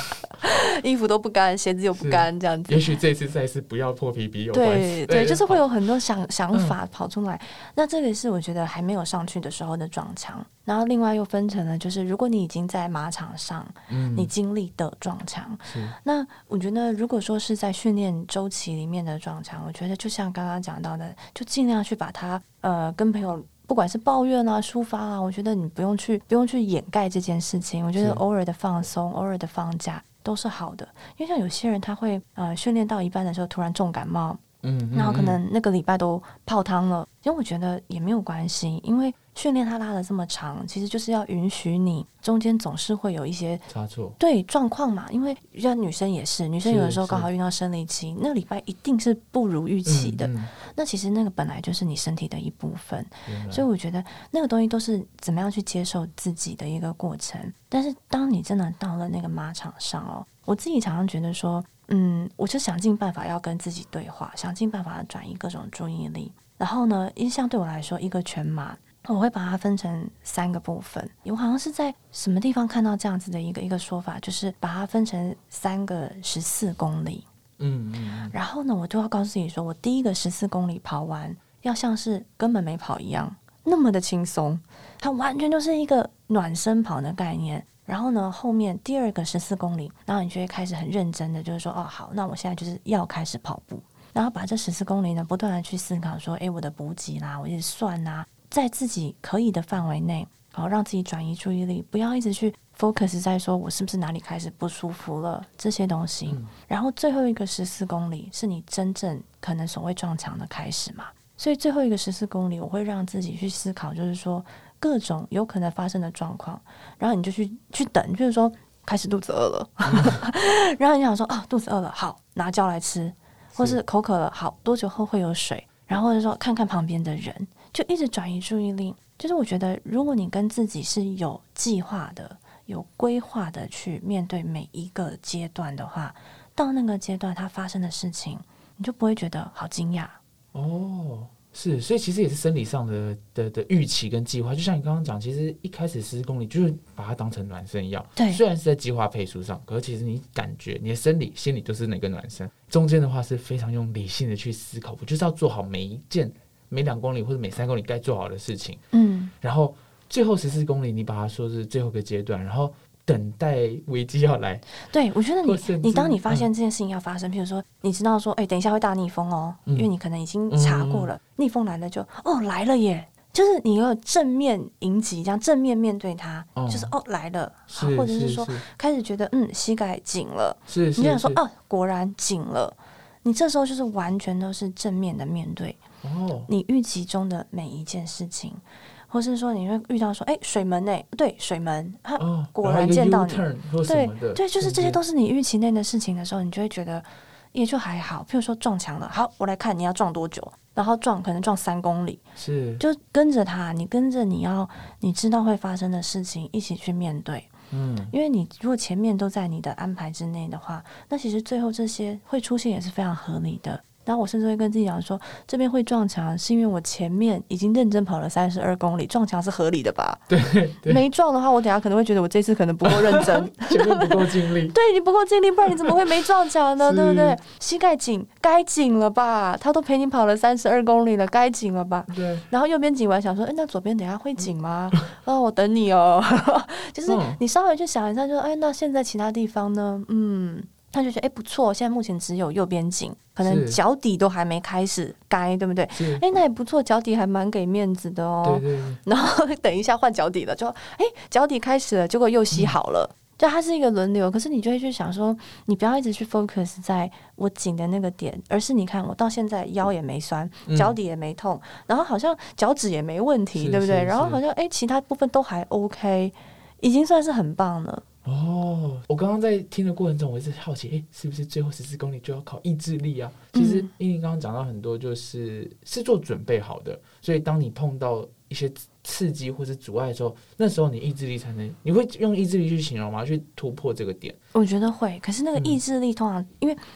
衣服都不干，鞋子又不干，这样子。 也许这次赛事不要破 P B 有关系。 对对，就是会有很多想想法跑出来。嗯、那这个是我觉得还没有上去的时候的撞墙。然后另外又分成了，就是如果你已经在马场上，嗯、你经历的撞墙，那我觉得如果说是在训练周期里面的撞墙，我觉得就像刚刚讲到的，就尽量去把它呃跟朋友。不管是抱怨啊、抒发啊，我觉得你不用去不用去掩盖这件事情。我觉得偶尔的放松、偶尔的放假都是好的。因为像有些人他会呃训练到一半的时候突然重感冒，嗯，嗯嗯然后可能那个礼拜都泡汤了。其实我觉得也没有关系，因为训练它拉得这么长，其实就是要允许你中间总是会有一些差错， 对状况嘛。因为像女生也是，女生有的时候刚好遇到生理期，那礼拜一定是不如预期的。嗯嗯那其实那个本来就是你身体的一部分，所以我觉得那个东西都是怎么样去接受自己的一个过程。但是当你真的到了那个马场上哦，我自己常常觉得说，嗯，我就想尽办法要跟自己对话，想尽办法转移各种注意力。然后呢，因为像对我来说，一个全马我会把它分成三个部分。我好像是在什么地方看到这样子的一个一个说法，就是把它分成三个十四公里。嗯嗯，然后呢，我就要告诉自己说，我第一个十四公里跑完，要像是根本没跑一样，那么的轻松，它完全就是一个暖身跑的概念。然后呢，后面第二个十四公里，然后你就会开始很认真的，就是说，哦，好，那我现在就是要开始跑步，然后把这十四公里呢，不断的去思考说，哎，我的补给啦，我一直算啊，在自己可以的范围内，好让自己转移注意力，不要一直去focus 在说我是不是哪里开始不舒服了这些东西、嗯、然后最后一个十四公里是你真正可能所谓撞墙的开始嘛，所以最后一个十四公里我会让自己去思考，就是说各种有可能发生的状况，然后你就去去等，就是说开始肚子饿了、嗯、然后你想说啊肚子饿了，好拿胶来吃，或是口渴了，好多久后会有水，然后或者说看看旁边的人，就一直转移注意力。就是我觉得如果你跟自己是有计划的有规划的去面对每一个阶段的话，到那个阶段它发生的事情你就不会觉得好惊讶哦。是，所以其实也是生理上的的的预期跟计划，就像你刚刚讲，其实一开始十公里就是把它当成暖身药，对，虽然是在计划配速上，可是其实你感觉你的生理心理就是那个暖身，中间的话是非常用理性的去思考，我就是要做好每一件每两公里或者每三公里该做好的事情，嗯，然后最后十四公里你把它说是最后一个阶段，然后等待危机要来。对，我觉得你你当你发现这件事情要发生，譬如说你知道说哎、欸，等一下会大逆风哦、嗯、因为你可能已经查过了、嗯、逆风来了就哦来了耶，就是你有正面迎击，这样正面面对它、哦、就是哦来了，好，或者是说是是开始觉得嗯膝盖紧了，是是是你就想说啊果然紧了，你这时候就是完全都是正面的面对、哦、你预期中的每一件事情，或是说你会遇到说哎水门哎，对水门它果然见到你、哦、对对，就是这些都是你预期内的事情的时候，你就会觉得也就还好。譬如说撞墙了，好我来看你要撞多久，然后撞可能撞三公里，是就跟着他，你跟着你要你知道会发生的事情一起去面对。嗯，因为你如果前面都在你的安排之内的话，那其实最后这些会出现也是非常合理的。然后我甚至会跟自己讲说，这边会撞墙是因为我前面已经认真跑了三十二公里，撞墙是合理的吧？对，对，没撞的话我等一下可能会觉得我这次可能不够认真前面不够尽力对，你不够尽力，不然你怎么会没撞墙呢？对不对？膝盖紧该紧了吧，他都陪你跑了三十二公里了，该紧了吧？对。然后右边紧完想说，哎，那左边等一下会紧吗？哦，我等你哦就是你稍微去想一下，就哎，那现在其他地方呢？嗯，他就觉得哎不错，现在目前只有右边紧，可能脚底都还没开始该，对不对？哎，那也不错，脚底还蛮给面子的哦。对对对。然后等一下换脚底了，就哎脚底开始了，结果又吸好了。嗯，就它是一个轮流，可是你就会去想说，你不要一直去 focus 在我紧的那个点，而是你看我到现在腰也没酸，脚底也没痛，然后好像脚趾也没问题，对不对？然后好像哎其他部分都还 OK， 已经算是很棒了。哦，我刚刚在听的过程中，我一直好奇，哎，是不是最后十四公里就要考意志力啊？其实因为刚刚讲到很多，就是是做准备好的，所以当你碰到一些刺激或是阻碍的时候，那时候你意志力才能，你会用意志力去形容吗？去突破这个点？我觉得会，可是那个意志力通常、嗯、因为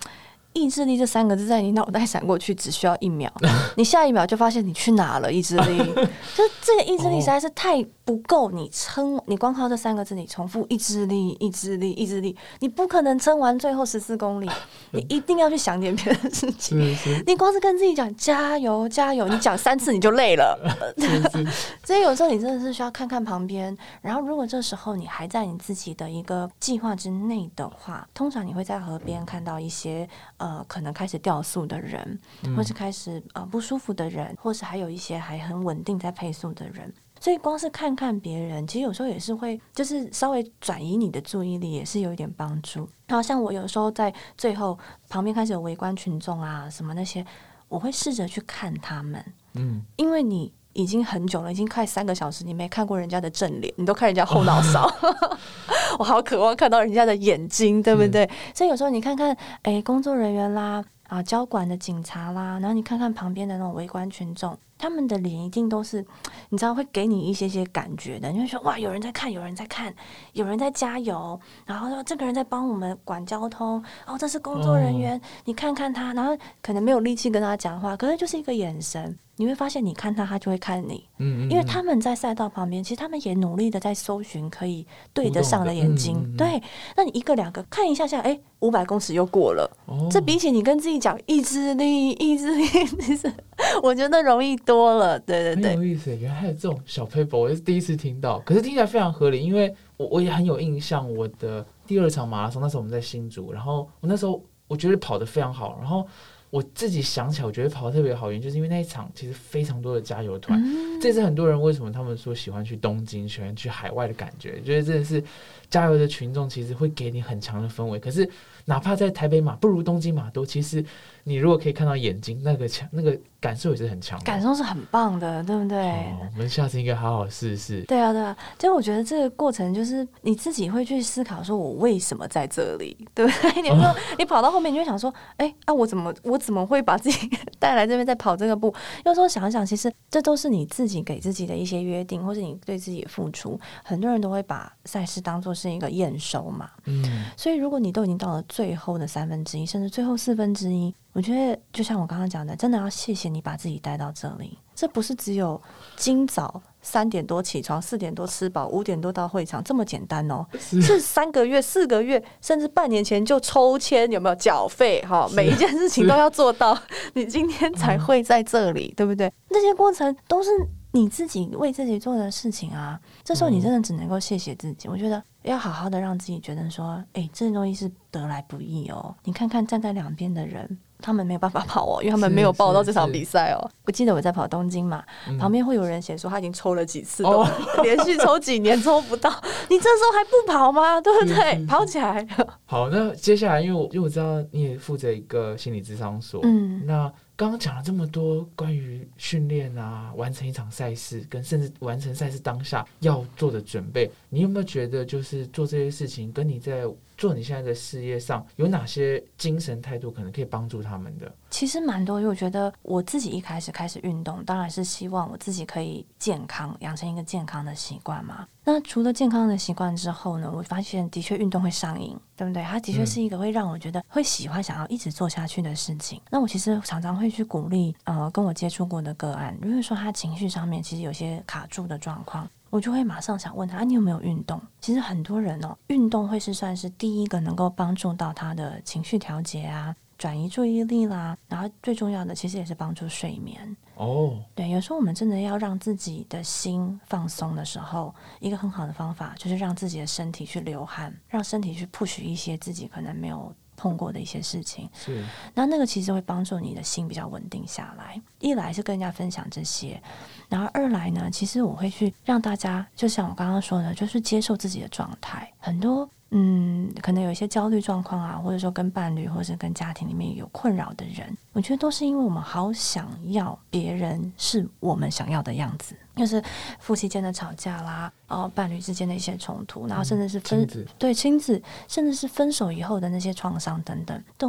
意志力这三个字在你脑袋闪过去只需要一秒，你下一秒就发现你去哪了。意志力就这个意志力实在是太不够你撑，你光靠这三个字你重复意志力意志力意志力，你不可能撑完最后十四公里，你一定要去想点别的事情。你光是跟自己讲加油加油，你讲三次你就累了。所以有时候你真的是需要看看旁边，然后如果这时候你还在你自己的一个计划之内的话，通常你会在河边看到一些呃可能开始掉速的人，或是开始呃不舒服的人，或是还有一些还很稳定在配速的人。所以光是看看别人，其实有时候也是会就是稍微转移你的注意力，也是有一点帮助。然后像我有时候在最后旁边开始有围观群众啊什么那些，我会试着去看他们，嗯，因为你已经很久了，已经快三个小时，你没看过人家的正脸，你都看人家后脑勺。我好渴望看到人家的眼睛，对不对？所以有时候你看看，哎，工作人员啦，啊，交管的警察啦，然后你看看旁边的那种围观群众，他们的脸一定都是，你知道会给你一些些感觉的，你会说哇，有人在看，有人在看，有人在加油，然后说这个人在帮我们管交通，哦，这是工作人员，你看看他，然后可能没有力气跟他讲话，可是就是一个眼神。你会发现你看他他就会看你，嗯嗯嗯，因为他们在赛道旁边其实他们也努力的在搜寻可以对得上的眼睛，嗯嗯嗯，对，那你一个两个看一下下，哎，五百公尺又过了，哦，这比起你跟自己讲意志力意志力其实我觉得容易多了。对对对， 很有意思，原来还有这种小 paper， 我也是第一次听到，可是听起来非常合理，因为我我也很有印象，我的第二场马拉松那时候我们在新竹，然后我那时候我觉得跑得非常好，然后我自己想起来，我觉得跑得特别好，原因就是因为那一场其实非常多的加油团，嗯，这是很多人为什么他们说喜欢去东京，喜欢去海外的感觉，觉得真的是加油的群众其实会给你很强的氛围。可是哪怕在台北马不如东京马都，其实你如果可以看到眼睛，那个强那个感受也是很强的， 感受是很棒的，对不对？ 哦，我们下次应该好好试试。 对啊，对啊，就我觉得这个过程就是你自己会去思考，说我为什么在这里，对不对？你说你跑到后面，你就想说，哎啊，我怎么我怎么会把自己带来这边再跑这个步？有时候想一想，其实这都是你自己给自己的一些约定，或是你对自己的付出。很多人都会把赛事当作是一个验收嘛，嗯，所以如果你都已经到了最后的三分之一，甚至最后四分之一，我觉得就像我刚刚讲的，真的要谢谢你把自己带到这里。这不是只有今早三点多起床，四点多吃饱，五点多到会场这么简单哦，是, 是三个月、四个月，甚至半年前就抽签，有没有缴费？哈，每一件事情都要做到，你今天才会在这里，对不对？那些过程都是你自己为自己做的事情啊。这时候你真的只能够谢谢自己。我觉得要好好的让自己觉得说，哎，这东西是得来不易哦。你看看站在两边的人，他们没有办法跑哦，因为他们没有报到这场比赛哦。我记得我在跑东京嘛，嗯，旁边会有人写说他已经抽了几次都，哦，连续抽几年抽不到，你这时候还不跑吗？对不对？跑起来。 好，那接下来因为我因为我知道你也负责一个心理咨商所，嗯，那刚刚讲了这么多关于训练啊，完成一场赛事，跟甚至完成赛事当下要做的准备，你有没有觉得就是做这些事情跟你在做你现在的事业上有哪些精神态度可能可以帮助他们的？ 其实蛮多，因为我觉得我自己一开始开始运动，当然是希望我自己可以健康，养成一个健康的习惯嘛。那除了健康的习惯之后呢，我发现的确运动会上瘾，对不对？它的确是一个会让我觉得会喜欢想要一直做下去的事情。那我其实常常会去鼓励呃跟我接触过的个案，如果说他情绪上面其实有些卡住的状况，我就会马上想问他，啊，你有没有运动？其实很多人哦，运动会是算是第一个能够帮助到他的情绪调节啊，转移注意力啦，然后最重要的其实也是帮助睡眠。哦，对，有时候我们真的要让自己的心放松的时候，一个很好的方法就是让自己的身体去流汗，让身体去 push 一些自己可能没有碰过的一些事情，是，那那个其实会帮助你的心比较稳定下来。一来是跟人家分享这些，然后二来呢，其实我会去让大家，就像我刚刚说的，就是接受自己的状态。很多嗯，可能有一些焦虑状况啊，或者说跟伴侣或者是跟家庭里面有困扰的人，我觉得都是因为我们好想要别人是我们想要的样子，就是夫妻间的吵架啦，然后伴侣之间的一些冲突，然后甚至是分、嗯、亲对亲子，甚至是分手以后的那些创伤等等，都会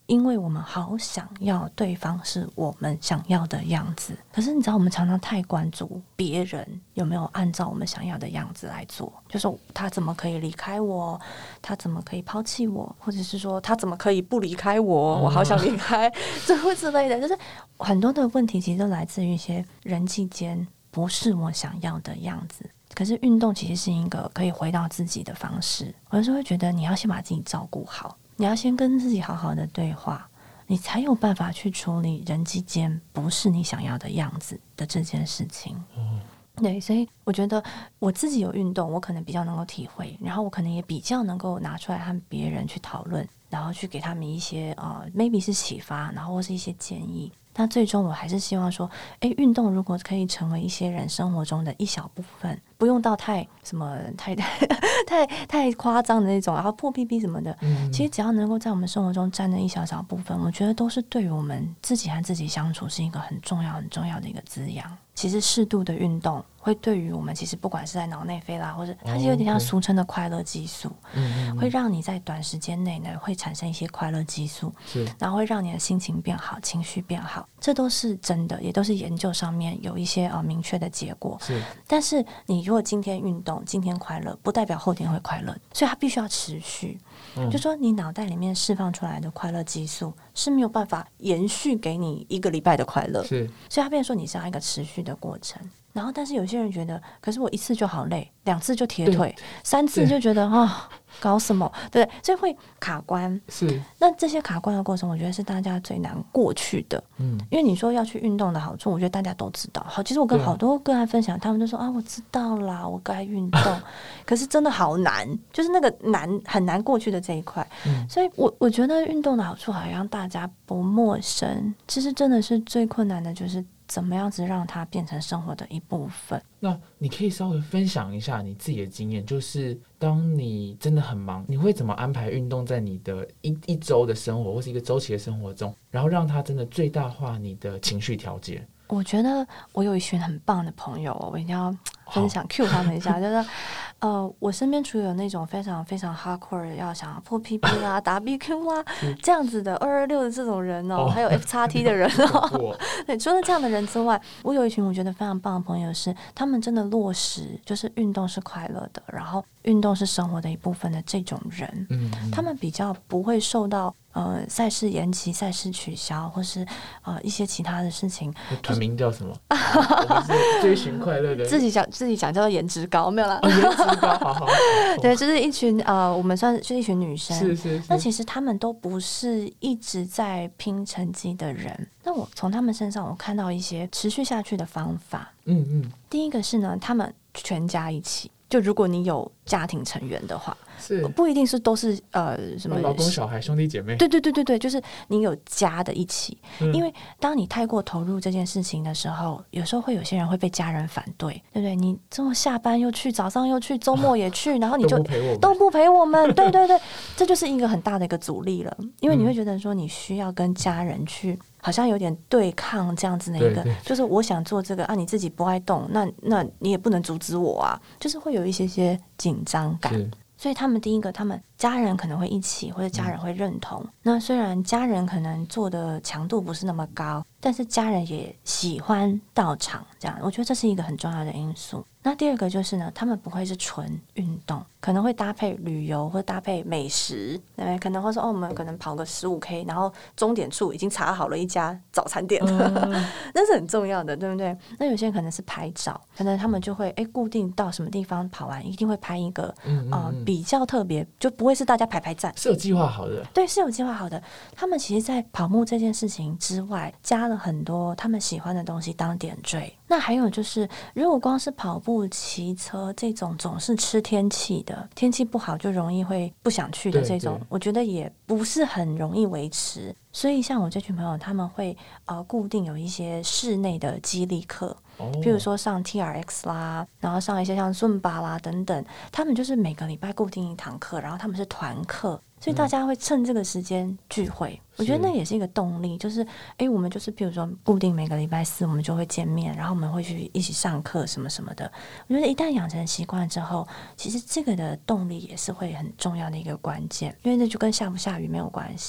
因为我们好想要对方是我们想要的样子。可是你知道我们常常太关注别人有没有按照我们想要的样子来做，就是他怎么可以离开我，他怎么可以抛弃我，或者是说他怎么可以不离开我，我好想离开这或之类的。就是很多的问题其实都来自于一些人际间不是我想要的样子。可是运动其实是一个可以回到自己的方式。我有时候会觉得你要先把自己照顾好，你要先跟自己好好的对话，你才有办法去处理人际间不是你想要的样子的这件事情。嗯，对，所以我觉得我自己有运动，我可能比较能够体会，然后我可能也比较能够拿出来和别人去讨论，然后去给他们一些呃 maybe 是启发，然后或是一些建议。那最终我还是希望说，诶，运动如果可以成为一些人生活中的一小部分，不用到太什么太太太夸张的那种，然后破 P P 什么的，嗯，其实只要能够在我们生活中占了一小小部分，我觉得都是对于我们自己和自己相处是一个很重要很重要的一个滋养。其实适度的运动会对于我们，其实不管是在脑内啡啦，或者它就有点像俗称的快乐激素，嗯，会让你在短时间内呢会产生一些快乐激素，是，然后会让你的心情变好，情绪变好，这都是真的，也都是研究上面有一些呃明确的结果。是，但是你如果今天运动，今天快乐，不代表后天会快乐，所以它必须要持续。嗯，就说你脑袋里面释放出来的快乐激素是没有办法延续给你一个礼拜的快乐，是，所以它变成说你是要一个持续的过程。然后但是有些人觉得，可是我一次就好累，两次就铁腿，三次就觉得啊、哦、搞什么，对，所以会卡关。是，那这些卡关的过程我觉得是大家最难过去的。嗯，因为你说要去运动的好处，我觉得大家都知道。好，其实我跟好多个案分享，他们就说啊我知道啦，我该运动可是真的好难，就是那个难很难过去的这一块。嗯，所以我我觉得运动的好处好像大家不陌生，其实真的是最困难的就是怎么样子让它变成生活的一部分。 那你可以稍微分享一下你自己的经验，就是当你真的很忙，你会怎么安排运动在你的一一周的生活或是一个周期的生活中，然后让它真的最大化你的情绪调节？ 我觉得我有一群很棒的朋友，我一定要分享 cue 他们一下，就是呃，我身边除了有那种非常非常 hardcore 的要想要破 P P 啊、打 B Q 啊这样子的二二六的这种人哦，还有 F X T 的人哦，对，除了这样的人之外，我有一群我觉得非常棒的朋友是，他们真的落实就是运动是快乐的，然后运动是生活的一部分的这种人，嗯嗯，他们比较不会受到呃赛事延期、赛事取消，或是呃一些其他的事情。 团名叫什么？我们是追寻快乐的， 自己讲自己讲叫做颜值高，没有啦。 哦，颜值高，好好。 对，就是一群呃，我们算是就是一群女生， 是是是。 那其实他们都不是一直在拼成绩的人。那我从他们身上，我看到一些持续下去的方法。嗯嗯。第一个是呢，他们全家一起。就如果你有家庭成员的话，是不一定是都是呃什么老公小孩兄弟姐妹， 对对对对对，就是你有家的一起、嗯、因为当你太过投入这件事情的时候，有时候会有些人会被家人反对，对不对？你这么下班又去，早上又去，周末也去，然后你就都不陪我们， 都不陪我们对对对，这就是一个很大的一个阻力了，因为你会觉得说你需要跟家人去好像有点对抗这样子的一个，就是我想做这个啊，你自己不爱动，那那你也不能阻止我啊，就是会有一些些紧张感。所以他们第一个，他们家人可能会一起，或者家人会认同、嗯、那虽然家人可能做的强度不是那么高，但是家人也喜欢到场，这样我觉得这是一个很重要的因素。那第二个就是呢，他们不会是纯运动，可能会搭配旅游或搭配美食，对，可能会说哦，我们可能跑个十五 K， 然后终点处已经查好了一家早餐店，嗯、那是很重要的，对不对？那有些人可能是拍照，可能他们就会哎固定到什么地方跑完，一定会拍一个嗯嗯嗯、呃、比较特别，就不会是大家排排站， 是有计划好的， 对，是有计划好的。他们其实在跑步这件事情之外，加了很多他们喜欢的东西当点缀。那还有就是，如果光是跑步、骑车这种总是吃天气的，天气不好就容易会不想去的这种，我觉得也不是很容易维持。所以像我这群朋友，他们会呃固定有一些室内的肌力课，比如说上 T R X 啦，然后上一些像尊巴啦等等，他们就是每个礼拜固定一堂课，然后他们是团课。所以大家会趁这个时间聚会、嗯、我觉得那也是一个动力，就是哎，我们就是比如说固定每个礼拜四我们就会见面，然后我们会去一起上课什么什么的。我觉得一旦养成习惯之后，其实这个的动力也是会很重要的一个关键，因为那就跟下不下雨没有关系，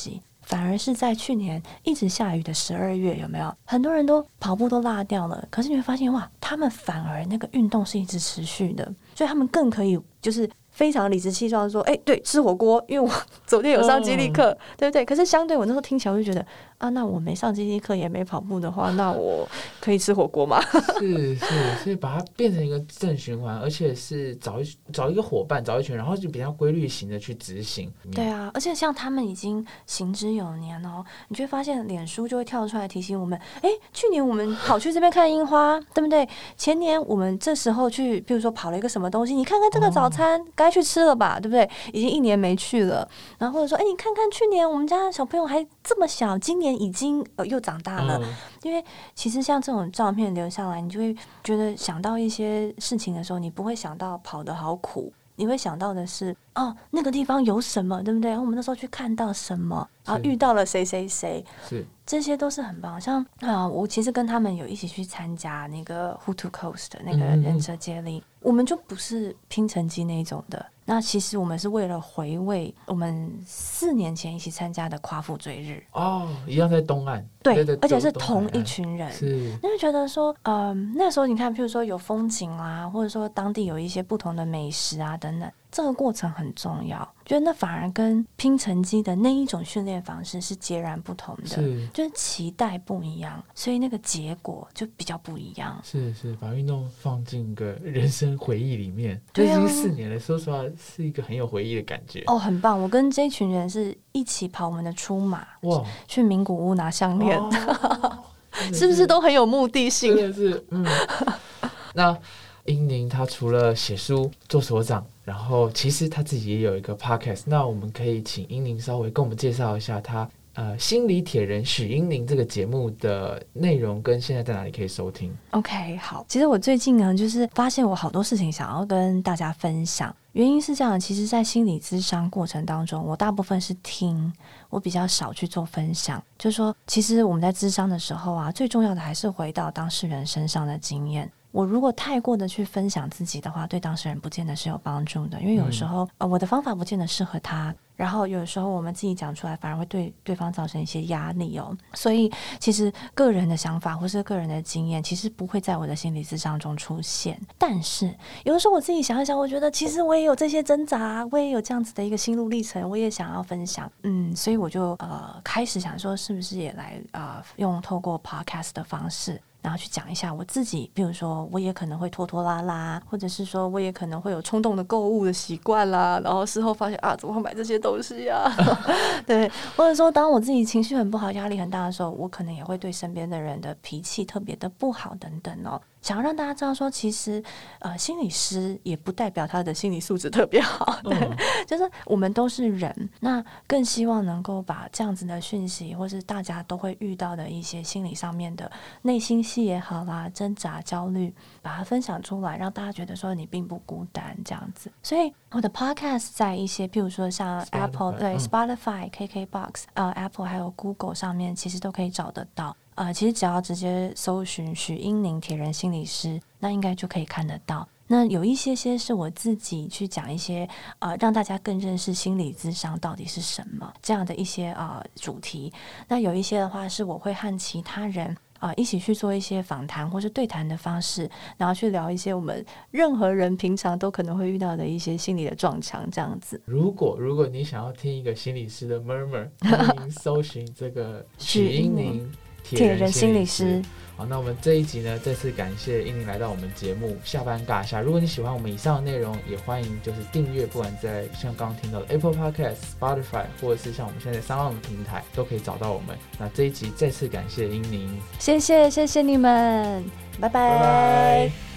反而是在去年一直下雨的十二月，有没有很多人都跑步都落掉了？可是你会发现，哇，他们反而那个运动是一直持续的，所以他们更可以就是非常理直气壮说，哎、欸，对，吃火锅，因为我昨天有上肌力课，嗯、对不对？可是相对我那时候听起来，我就觉得啊，那我没上肌力课也没跑步的话，那我可以吃火锅吗？ 是是，所以把它变成一个正循环，而且是找一找一个伙伴，找一群，然后就比较规律型的去执行。 对啊，而且像他们已经行之有年哦，你就会发现脸书就会跳出来提醒我们，哎，去年我们跑去这边看樱花，对不对？前年我们这时候去，比如说跑了一个什么东西，你看看这个早餐。哦，该去吃了吧，对不对？已经一年没去了，然后或者说，哎，你看看去年我们家小朋友还这么小，今年已经、呃、又长大了。嗯、因为其实像这种照片留下来，你就会觉得想到一些事情的时候，你不会想到跑得好苦，你会想到的是，哦，那个地方有什么，对不对？然后我们那时候去看到什么，然后遇到了谁谁谁， 是这些都是很棒。像啊、呃，我其实跟他们有一起去参加那个 Hutu Coast 的那个人车接力。嗯嗯，我们就不是拼成绩那种的，那其实我们是为了回味我们四年前一起参加的夸父追日哦，一样在东岸， 对， 对对对， 而且是同一群人， 是， 你会觉得说，嗯，那时候你看，譬如说有风景啊，或者说当地有一些不同的美食啊等等，这个过程很重要。觉得那反而跟拼成绩的那一种训练方式是截然不同的， 是， 就是期待不一样，所以那个结果就比较不一样。 是是，把运动放进一个人生回忆里面， 对啊， 已经四年了，说实话是一个很有回忆的感觉。 哦，很棒！我跟这群人是一起跑我们的出马，哇，去名古屋拿项链，哦、是, 是不是都很有目的性？ 真的是，嗯。那英宁他除了写书、做所长，然后其实他自己也有一个 podcast。那我们可以请英宁稍微跟我们介绍一下他呃心理铁人许英宁这个节目的内容跟现在在哪里可以收听 ？OK， 好。其实我最近呢，就是发现我好多事情想要跟大家分享。原因是这样的，其实在心理咨商过程当中，我大部分是听，我比较少去做分享。就是说，其实我们在咨商的时候啊，最重要的还是回到当事人身上的经验。我如果太过的去分享自己的话，对当事人不见得是有帮助的，因为有时候、嗯呃、我的方法不见得适合他，然后有时候我们自己讲出来反而会对对方造成一些压力哦。所以其实个人的想法或是个人的经验其实不会在我的心理咨商中出现，但是有的时候我自己想一想，我觉得其实我也有这些挣扎，我也有这样子的一个心路历程，我也想要分享，嗯，所以我就呃开始想说是不是也来呃用透过 podcast 的方式，然后去讲一下我自己，比如说我也可能会拖拖拉拉，或者是说我也可能会有冲动的购物的习惯啦，然后事后发现啊怎么会买这些东西啊对，或者说当我自己情绪很不好，压力很大的时候，我可能也会对身边的人的脾气特别的不好等等哦。想要让大家知道说，其实呃，心理师也不代表他的心理素质特别好，对，嗯、就是我们都是人，那更希望能够把这样子的讯息，或是大家都会遇到的一些心理上面的内心戏也好啦，挣扎、焦虑，把它分享出来，让大家觉得说你并不孤单这样子。所以我的 podcast 在一些，譬如说像 Apple、对、嗯、Spotify、K K Box、呃 Apple 还有 Google 上面，其实都可以找得到。呃，其实只要直接搜寻许英宁铁人心理师，那应该就可以看得到。那有一些些是我自己去讲一些呃，让大家更认识心理咨商到底是什么这样的一些呃主题。那有一些的话是我会和其他人呃一起去做一些访谈或是对谈的方式，然后去聊一些我们任何人平常都可能会遇到的一些心理的撞墙这样子。 如果如果你想要听一个心理师的 murmur， 欢迎搜寻这个许英宁铁人心理师。好，那我们这一集呢，再次感谢英宁来到我们节目下班尬下。如果你喜欢我们以上的内容，也欢迎就是订阅，不管在像刚刚听到的 Apple Podcast、Spotify， 或者是像我们现在SoundOn的平台，都可以找到我们。那这一集再次感谢英宁， 谢谢谢谢你们，拜拜。 拜拜。